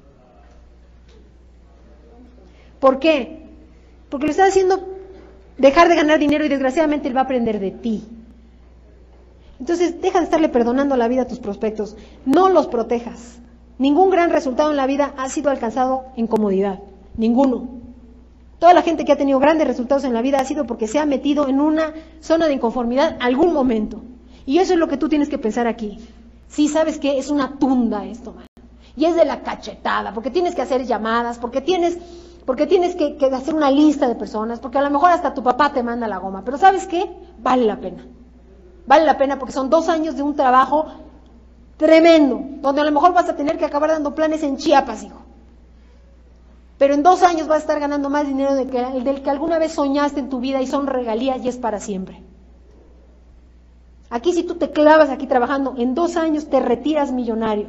¿Por qué? Porque lo estás haciendo dejar de ganar dinero y desgraciadamente él va a aprender de ti. Entonces, deja de estarle perdonando la vida a tus prospectos. No los protejas. Ningún gran resultado en la vida ha sido alcanzado en comodidad. Ninguno. Toda la gente que ha tenido grandes resultados en la vida ha sido porque se ha metido en una zona de inconformidad algún momento. Y eso es lo que tú tienes que pensar aquí. Sí, sabes que es una tunda esto, man. Y es de la cachetada, porque tienes que hacer llamadas, porque tienes que hacer una lista de personas, porque a lo mejor hasta tu papá te manda la goma. Pero ¿sabes qué? Vale la pena. Vale la pena porque son 2 años de un trabajo tremendo, donde a lo mejor vas a tener que acabar dando planes en Chiapas, hijo. Pero en 2 años vas a estar ganando más dinero del que alguna vez soñaste en tu vida y son regalías y es para siempre. Aquí si tú te clavas aquí trabajando, en 2 años te retiras millonario.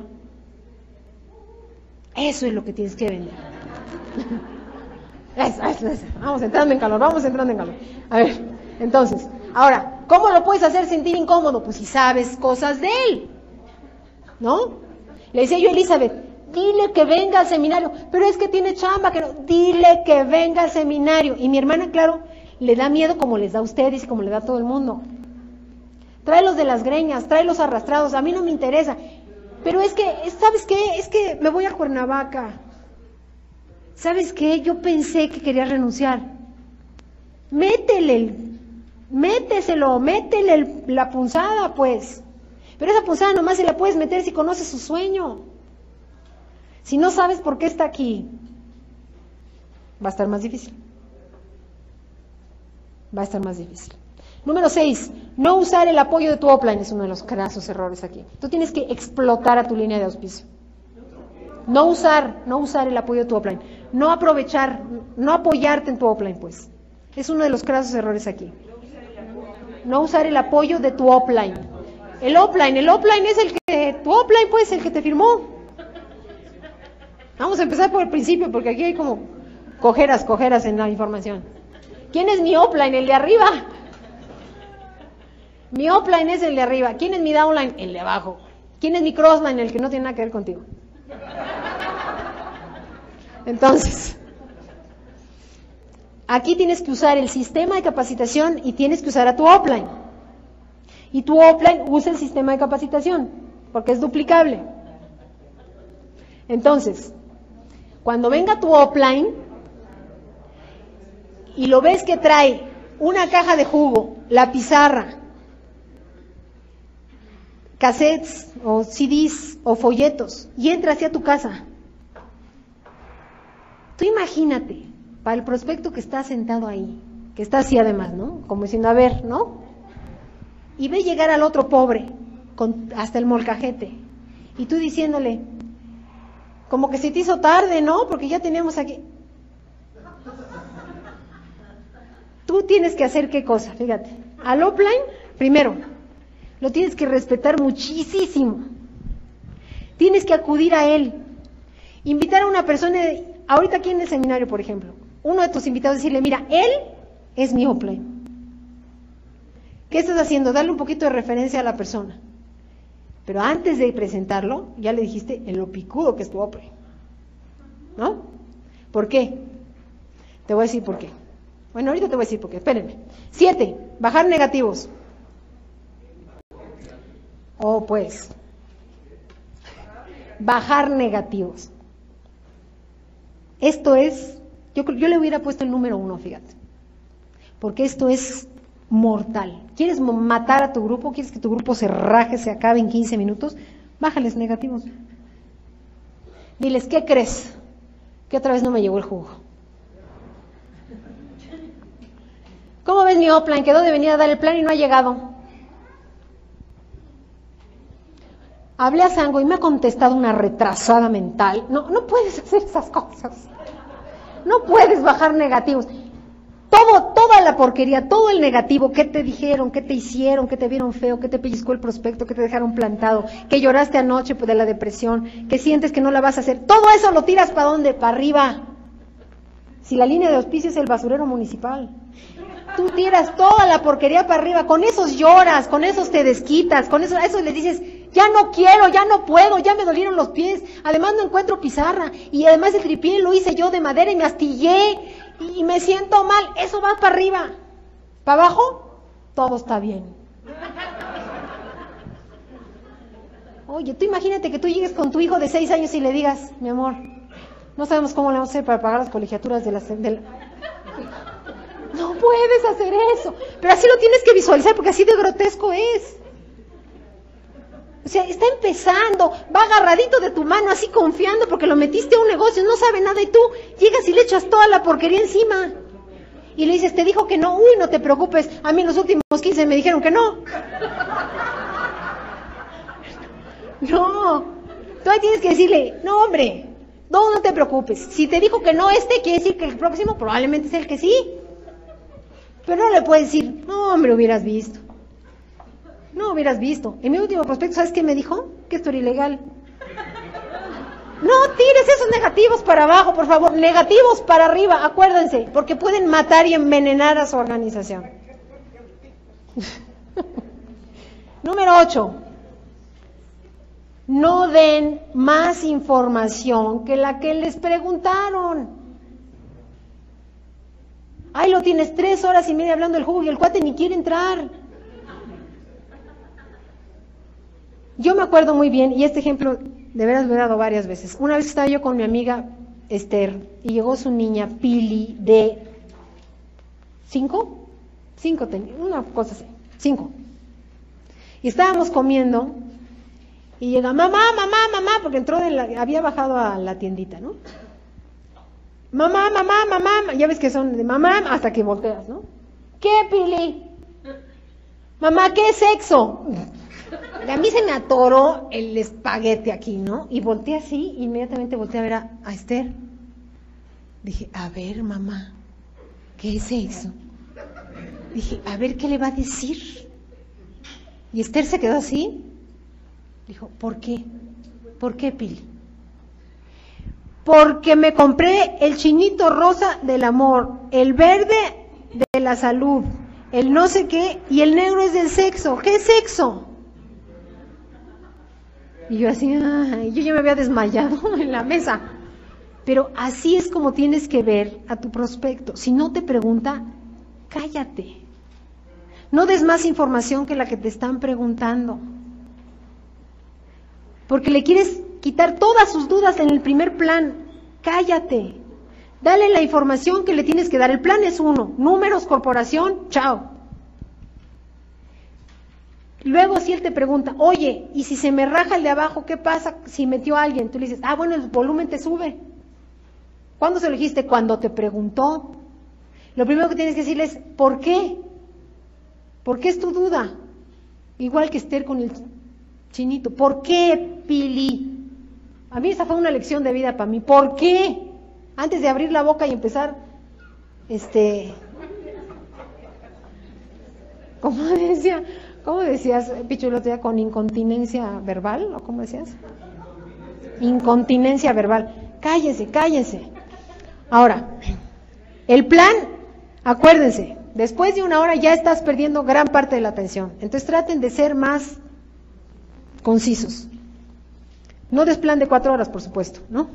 Eso es lo que tienes que vender. Eso. Vamos entrando en calor. A ver, entonces, ahora, ¿cómo lo puedes hacer sentir incómodo? Pues si sabes cosas de él, ¿no? Le decía yo a Elizabeth, dile que venga al seminario, pero es que tiene chamba, que no. Dile que venga al seminario. Y mi hermana, claro, le da miedo como les da a ustedes y como le da a todo el mundo. Tráelos de las greñas, tráelos arrastrados, a mí no me interesa. Pero es que, ¿sabes qué? Es que me voy a Cuernavaca. ¿Sabes qué? Yo pensé que quería renunciar. Métele la punzada, pues. Pero esa punzada nomás se la puedes meter si conoces su sueño. Si no sabes por qué está aquí, va a estar más difícil. Número 6, no usar el apoyo de tu upline es uno de los crasos errores aquí. Tú tienes que explotar a tu línea de auspicio. No usar el apoyo de tu upline. No aprovechar, no apoyarte en tu upline, pues. Es uno de los crasos errores aquí. No usar el apoyo de tu upline. El upline es tu upline, pues, el que te firmó. Vamos a empezar por el principio, porque aquí hay como cojeras en la información. ¿Quién es mi upline? El de arriba. Mi upline es el de arriba. ¿Quién es mi downline? El de abajo. ¿Quién es mi crossline? El que no tiene nada que ver contigo. Entonces, aquí tienes que usar el sistema de capacitación y tienes que usar a tu upline. Y tu upline usa el sistema de capacitación, porque es duplicable. Entonces, cuando venga tu upline y lo ves que trae una caja de jugo, la pizarra, cassettes o CDs o folletos y entra hacia tu casa, tú imagínate, para el prospecto que está sentado ahí, que está así además, ¿no? Como diciendo, a ver, ¿no? Y ve llegar al otro pobre, hasta el molcajete, y tú diciéndole, como que se te hizo tarde, ¿no? Porque ya teníamos aquí. Tú tienes que hacer ¿qué cosa? Fíjate, al upline, primero, lo tienes que respetar muchísimo. Tienes que acudir a él. Invitar a una persona, ahorita aquí en el seminario, por ejemplo, uno de tus invitados, decirle, mira, él es mi upline. ¿Qué estás haciendo? Darle un poquito de referencia a la persona. Pero antes de presentarlo, ya le dijiste en lo picudo que es tu upline. ¿No? ¿Por qué? Te voy a decir por qué. Bueno, ahorita te voy a decir por qué, espérenme. 7, bajar negativos. Pues, bajar negativos. Esto es, yo le hubiera puesto el número 1, fíjate, porque esto es mortal. ¿Quieres matar a tu grupo? ¿Quieres que tu grupo se raje, se acabe en 15 minutos? Bájales negativos. Diles, ¿qué crees? Que otra vez no me llegó el jugo. ¿Cómo ves mi upline? Quedó de venir a dar el plan y no ha llegado. Hablé a Sango y me ha contestado una retrasada mental. No puedes hacer esas cosas. No puedes bajar negativos. Toda la porquería, todo el negativo, qué te dijeron, qué te hicieron, qué te vieron feo, qué te pellizcó el prospecto, qué te dejaron plantado, que lloraste anoche de la depresión, que sientes que no la vas a hacer. Todo eso lo tiras ¿para dónde? Para arriba. Si la línea de auspicio es el basurero municipal. Tú tiras toda la porquería para arriba, con esos lloras, con esos te desquitas, con eso, a eso les dices, ya no quiero, ya no puedo, ya me dolieron los pies, además no encuentro pizarra, y además el tripié lo hice yo de madera y me astillé, y me siento mal. Eso va para arriba. Para abajo, todo está bien. Oye, tú imagínate que tú llegues con tu hijo de 6 años y le digas, mi amor, no sabemos cómo le vamos a hacer para pagar las colegiaturas de la... No puedes hacer eso, pero así lo tienes que visualizar porque así de grotesco es. O sea, está empezando, va agarradito de tu mano, así confiando porque lo metiste a un negocio, no sabe nada y tú llegas y le echas toda la porquería encima. Y le dices, te dijo que no, no te preocupes, a mí en los últimos 15 me dijeron que no. No, tú ahí tienes que decirle, no hombre, no te preocupes, si te dijo que no quiere decir que el próximo probablemente es el que sí. Pero no le puedes decir, no hombre, hubieras visto. No hubieras visto. En mi último prospecto, ¿sabes qué me dijo? Que esto era ilegal. No tires esos negativos para abajo, por favor. Negativos para arriba, acuérdense, porque pueden matar y envenenar a su organización. Número 8. No den más información que la que les preguntaron. Ahí lo tienes 3 horas y media hablando del jugo y el cuate ni quiere entrar. Yo me acuerdo muy bien, y este ejemplo de veras lo he dado varias veces. Una vez estaba yo con mi amiga Esther y llegó su niña Pili de 5 tenía, una cosa así, 5. Y estábamos comiendo y llega mamá, porque entró había bajado a la tiendita, ¿no? Mamá, ya ves que son de mamá hasta que volteas, ¿no? ¿Qué, Pili? Mamá, ¿qué es sexo? A mí se me atoró el espaguete aquí, ¿no? Y volteé así, inmediatamente volteé a ver a Esther. Dije, a ver, mamá, ¿qué es sexo? Dije, a ver, ¿qué le va a decir? Y Esther se quedó así. Dijo, ¿por qué? ¿Por qué, Pili? Porque me compré el chinito rosa del amor, el verde de la salud, el no sé qué, y el negro es del sexo. ¿Qué es sexo? Y yo así, yo ya me había desmayado en la mesa. Pero así es como tienes que ver a tu prospecto. Si no te pregunta, cállate. No des más información que la que te están preguntando. Porque le quieres quitar todas sus dudas en el primer plan. Cállate. Dale la información que le tienes que dar. El plan es 1. Números, corporación, chao. Luego si él te pregunta, oye, ¿y si se me raja el de abajo, qué pasa si metió a alguien? Tú le dices, bueno, el volumen te sube. ¿Cuándo se lo dijiste? Cuando te preguntó. Lo primero que tienes que decirle es, ¿por qué? ¿Por qué es tu duda? Igual que Esther con el chinito. ¿Por qué, Pili? A mí esa fue una lección de vida para mí. ¿Por qué? Antes de abrir la boca y empezar, ¿cómo decías, Pichu, el otro día, con incontinencia verbal? ¿O cómo decías? Incontinencia verbal. Cállense, cállense. Ahora, el plan, acuérdense, después de 1 hora ya estás perdiendo gran parte de la atención. Entonces traten de ser más concisos. No des plan de 4 horas, por supuesto, ¿no?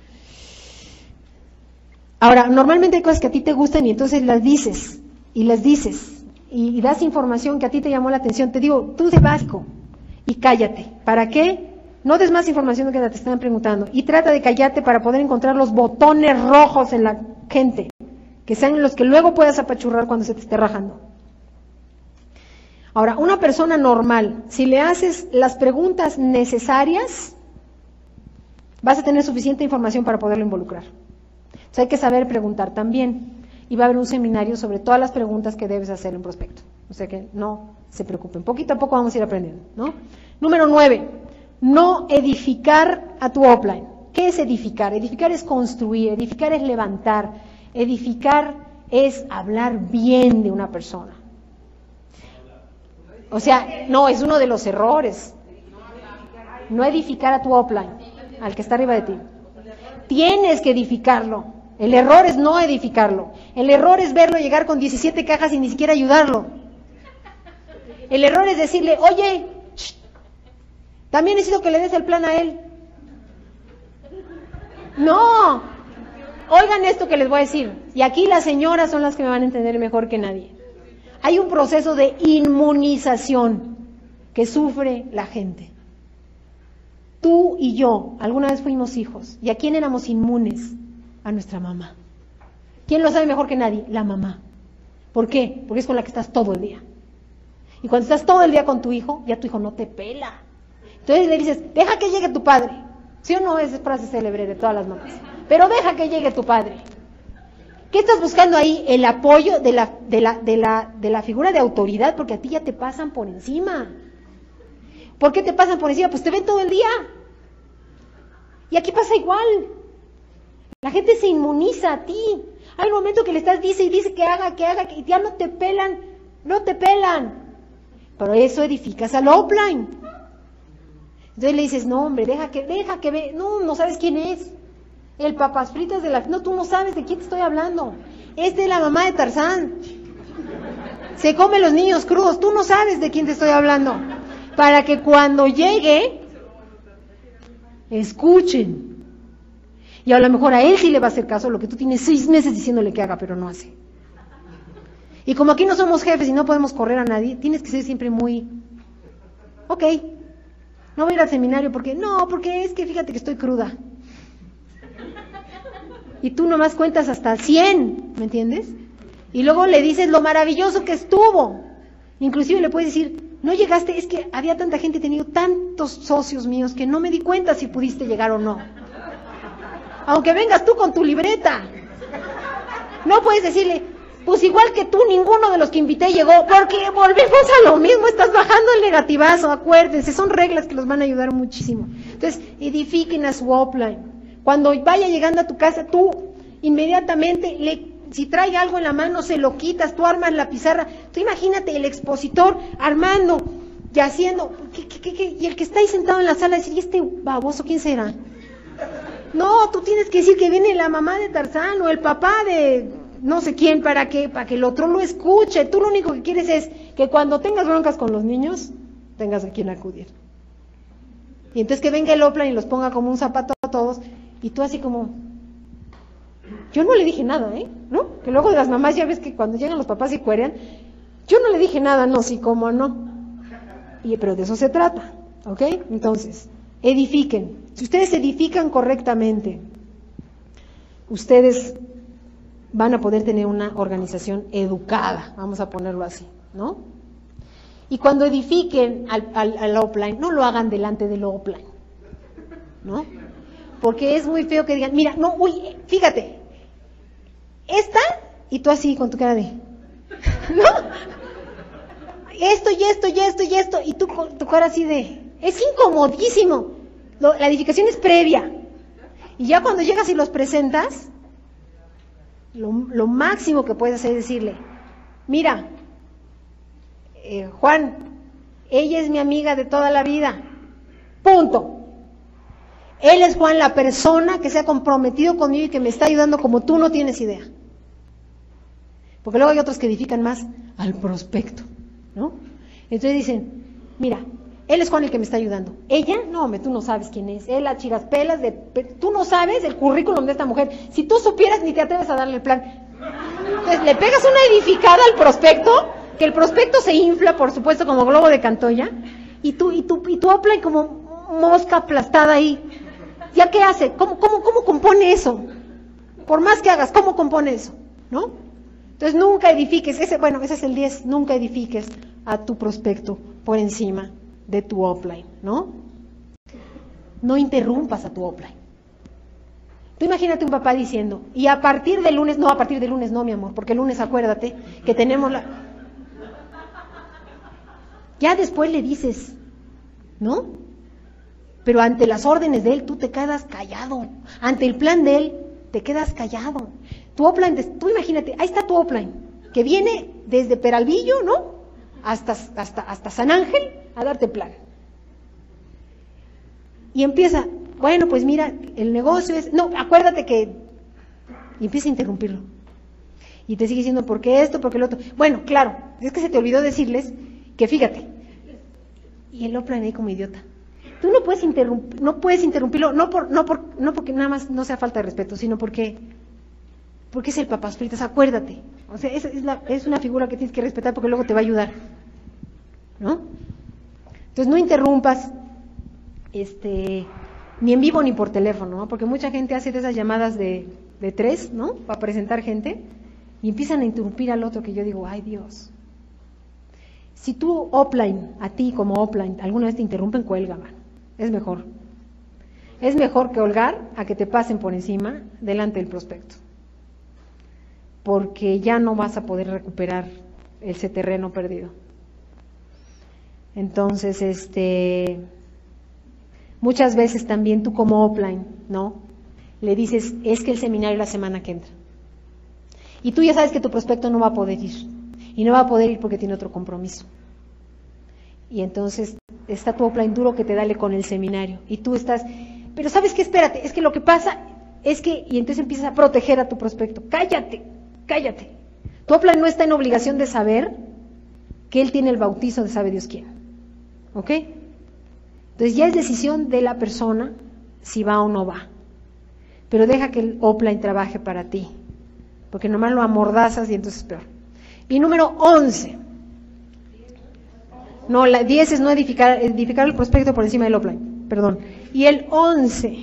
Ahora, normalmente hay cosas que a ti te gustan y entonces las dices, y das información que a ti te llamó la atención. Te digo, tú sé básico y cállate. ¿Para qué? No des más información de que te están preguntando. Y trata de callarte para poder encontrar los botones rojos en la gente, que sean los que luego puedas apachurrar cuando se te esté rajando. Ahora, una persona normal, si le haces las preguntas necesarias, vas a tener suficiente información para poderlo involucrar. Entonces hay que saber preguntar también. Y va a haber un seminario sobre todas las preguntas que debes hacer en prospecto. O sea que no se preocupen. Poquito a poco vamos a ir aprendiendo, ¿no? Número 9. No edificar a tu upline. ¿Qué es edificar? Edificar es construir, edificar es levantar, edificar es hablar bien de una persona. O sea, no, es uno de los errores. No edificar a tu upline, al que está arriba de ti. Tienes que edificarlo. El error es no edificarlo. El error es verlo llegar con 17 cajas y ni siquiera ayudarlo. El error es decirle, oye, también necesito que le des el plan a él. No, oigan esto que les voy a decir. Y aquí las señoras son las que me van a entender mejor que nadie. Hay un proceso de inmunización que sufre la gente. Tú y yo, alguna vez fuimos hijos. ¿Y a quién éramos inmunes? A nuestra mamá. ¿Quién lo sabe mejor que nadie? La mamá. ¿Por qué? Porque es con la que estás todo el día. Y cuando estás todo el día con tu hijo, ya tu hijo no te pela. Entonces le dices, deja que llegue tu padre. ¿Sí o no? Es frase célebre de todas las mamás. Pero deja que llegue tu padre. ¿Qué estás buscando ahí? El apoyo de la figura de autoridad, porque a ti ya te pasan por encima. ¿Por qué te pasan por encima? Pues te ven todo el día. Y aquí pasa igual. La gente se inmuniza a ti. Hay un momento que le estás dice y dice que haga, que ya no te pelan, no te pelan. Pero eso edificas al upline. Entonces le dices, no hombre, deja que ve, no sabes quién es. El papas fritas de la... No, tú no sabes de quién te estoy hablando. Es de la mamá de Tarzán. Se come los niños crudos, tú no sabes de quién te estoy hablando. Para que cuando llegue, escuchen. Y a lo mejor a él sí le va a hacer caso, lo que tú tienes 6 meses diciéndole que haga, pero no hace. Y como aquí no somos jefes y no podemos correr a nadie, tienes que ser siempre muy, ok, no voy a ir al seminario porque es que fíjate que estoy cruda. Y tú nomás cuentas hasta 100, ¿me entiendes? Y luego le dices lo maravilloso que estuvo. Inclusive le puedes decir, no llegaste, es que había tanta gente, he tenido tantos socios míos que no me di cuenta si pudiste llegar o no. Aunque vengas tú con tu libreta. No puedes decirle, pues igual que tú, ninguno de los que invité llegó, porque volvemos a lo mismo, estás bajando el negativazo, acuérdense, son reglas que los van a ayudar muchísimo. Entonces, edifiquen a su upline. Cuando vaya llegando a tu casa, tú inmediatamente, si trae algo en la mano, se lo quitas, tú armas la pizarra. Tú imagínate el expositor armando y haciendo, y el que está ahí sentado en la sala decir, ¿y este baboso quién será? No, tú tienes que decir que viene la mamá de Tarzán o el papá de no sé quién, para que el otro lo escuche. Tú lo único que quieres es que cuando tengas broncas con los niños, tengas a quien acudir. Y entonces que venga el upline y los ponga como un zapato a todos, y tú así como, yo no le dije nada, ¿no? Que luego de las mamás ya ves que cuando llegan los papás y cuerean, yo no le dije nada, no, sí, cómo no. Pero de eso se trata, ¿ok? Entonces, edifiquen. Si ustedes edifican correctamente, ustedes van a poder tener una organización educada, vamos a ponerlo así, ¿no? Y cuando edifiquen al upline, no lo hagan delante del upline, ¿no? Porque es muy feo que digan, mira, no, uy, fíjate, esta, y tú así con tu cara de, ¿no? Esto y esto y esto y esto, y tú con tu cara así de, es incomodísimo. La edificación es previa. Y ya cuando llegas y los presentas, lo máximo que puedes hacer es decirle, mira, Juan, ella es mi amiga de toda la vida, punto. Él es Juan, la persona que se ha comprometido conmigo y que me está ayudando como tú no tienes idea. Porque luego hay otros que edifican más al prospecto, ¿no? Entonces dicen, mira, él es Juan el que me está ayudando. Ella, no, tú no sabes quién es. Él a chiraspelas, tú no sabes el currículum de esta mujer. Si tú supieras, ni te atreves a darle el plan. Entonces le pegas una edificada al prospecto, que el prospecto se infla, por supuesto, como globo de Cantoya, y tu upline como mosca aplastada ahí. ¿Ya qué hace? ¿Cómo compone eso? Por más que hagas, ¿cómo compone eso? ¿No? Entonces nunca edifiques, ese es el 10, nunca edifiques a tu prospecto por encima de tu upline, ¿no? No interrumpas a tu upline. Tú imagínate un papá diciendo, y a partir del lunes no, mi amor, porque el lunes acuérdate que tenemos la... Ya después le dices, ¿no? Pero ante las órdenes de él, tú te quedas callado. Ante el plan de él, te quedas callado. Tu upline, tú imagínate, ahí está tu upline, que viene desde Peralvillo, ¿no? Hasta San Ángel a darte plan. Y empieza, bueno, pues mira, el negocio es... No, acuérdate que... Y empieza a interrumpirlo. Y te sigue diciendo, ¿por qué esto? ¿Por qué lo otro? Bueno, claro, es que se te olvidó decirles que fíjate. Y el upline ahí como idiota. Tú no puedes interrumpirlo, no porque nada más no sea falta de respeto, sino porque es el papás fritas, acuérdate. O sea, es una figura que tienes que respetar porque luego te va a ayudar, ¿no? Entonces no interrumpas, ni en vivo ni por teléfono, ¿no? Porque mucha gente hace de esas llamadas de 3, ¿no? Para presentar gente, y empiezan a interrumpir al otro, que yo digo, ay Dios. Si tú upline, a ti como upline, alguna vez te interrumpen, cuelga, mano. Es mejor. Es mejor que holgar a que te pasen por encima delante del prospecto. Porque ya no vas a poder recuperar ese terreno perdido. Entonces, muchas veces también tú como upline, ¿no? Le dices, es que el seminario es la semana que entra. Y tú ya sabes que tu prospecto no va a poder ir. Y no va a poder ir porque tiene otro compromiso. Y entonces está tu upline duro que te dale con el seminario. Y tú estás, pero ¿sabes qué? Espérate, es que lo que pasa es que, y entonces empiezas a proteger a tu prospecto. Cállate. Tu upline no está en obligación de saber que él tiene el bautizo de sabe Dios quién. ¿Ok? Entonces ya es decisión de la persona si va o no va. Pero deja que el upline trabaje para ti. Porque nomás lo amordazas y entonces es peor. Y número 11. No, la 10 es no edificar el prospecto por encima del upline. Perdón. Y el 11.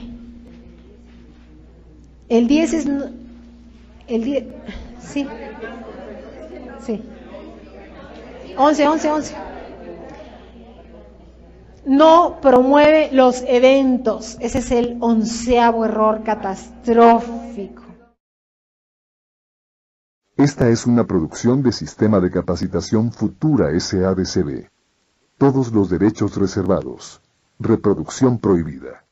El 10 es... El 10... Sí. 11. No promueve los eventos. Ese es el 11º error catastrófico. Esta es una producción de Sistema de Capacitación Futura SADCB. Todos los derechos reservados. Reproducción prohibida.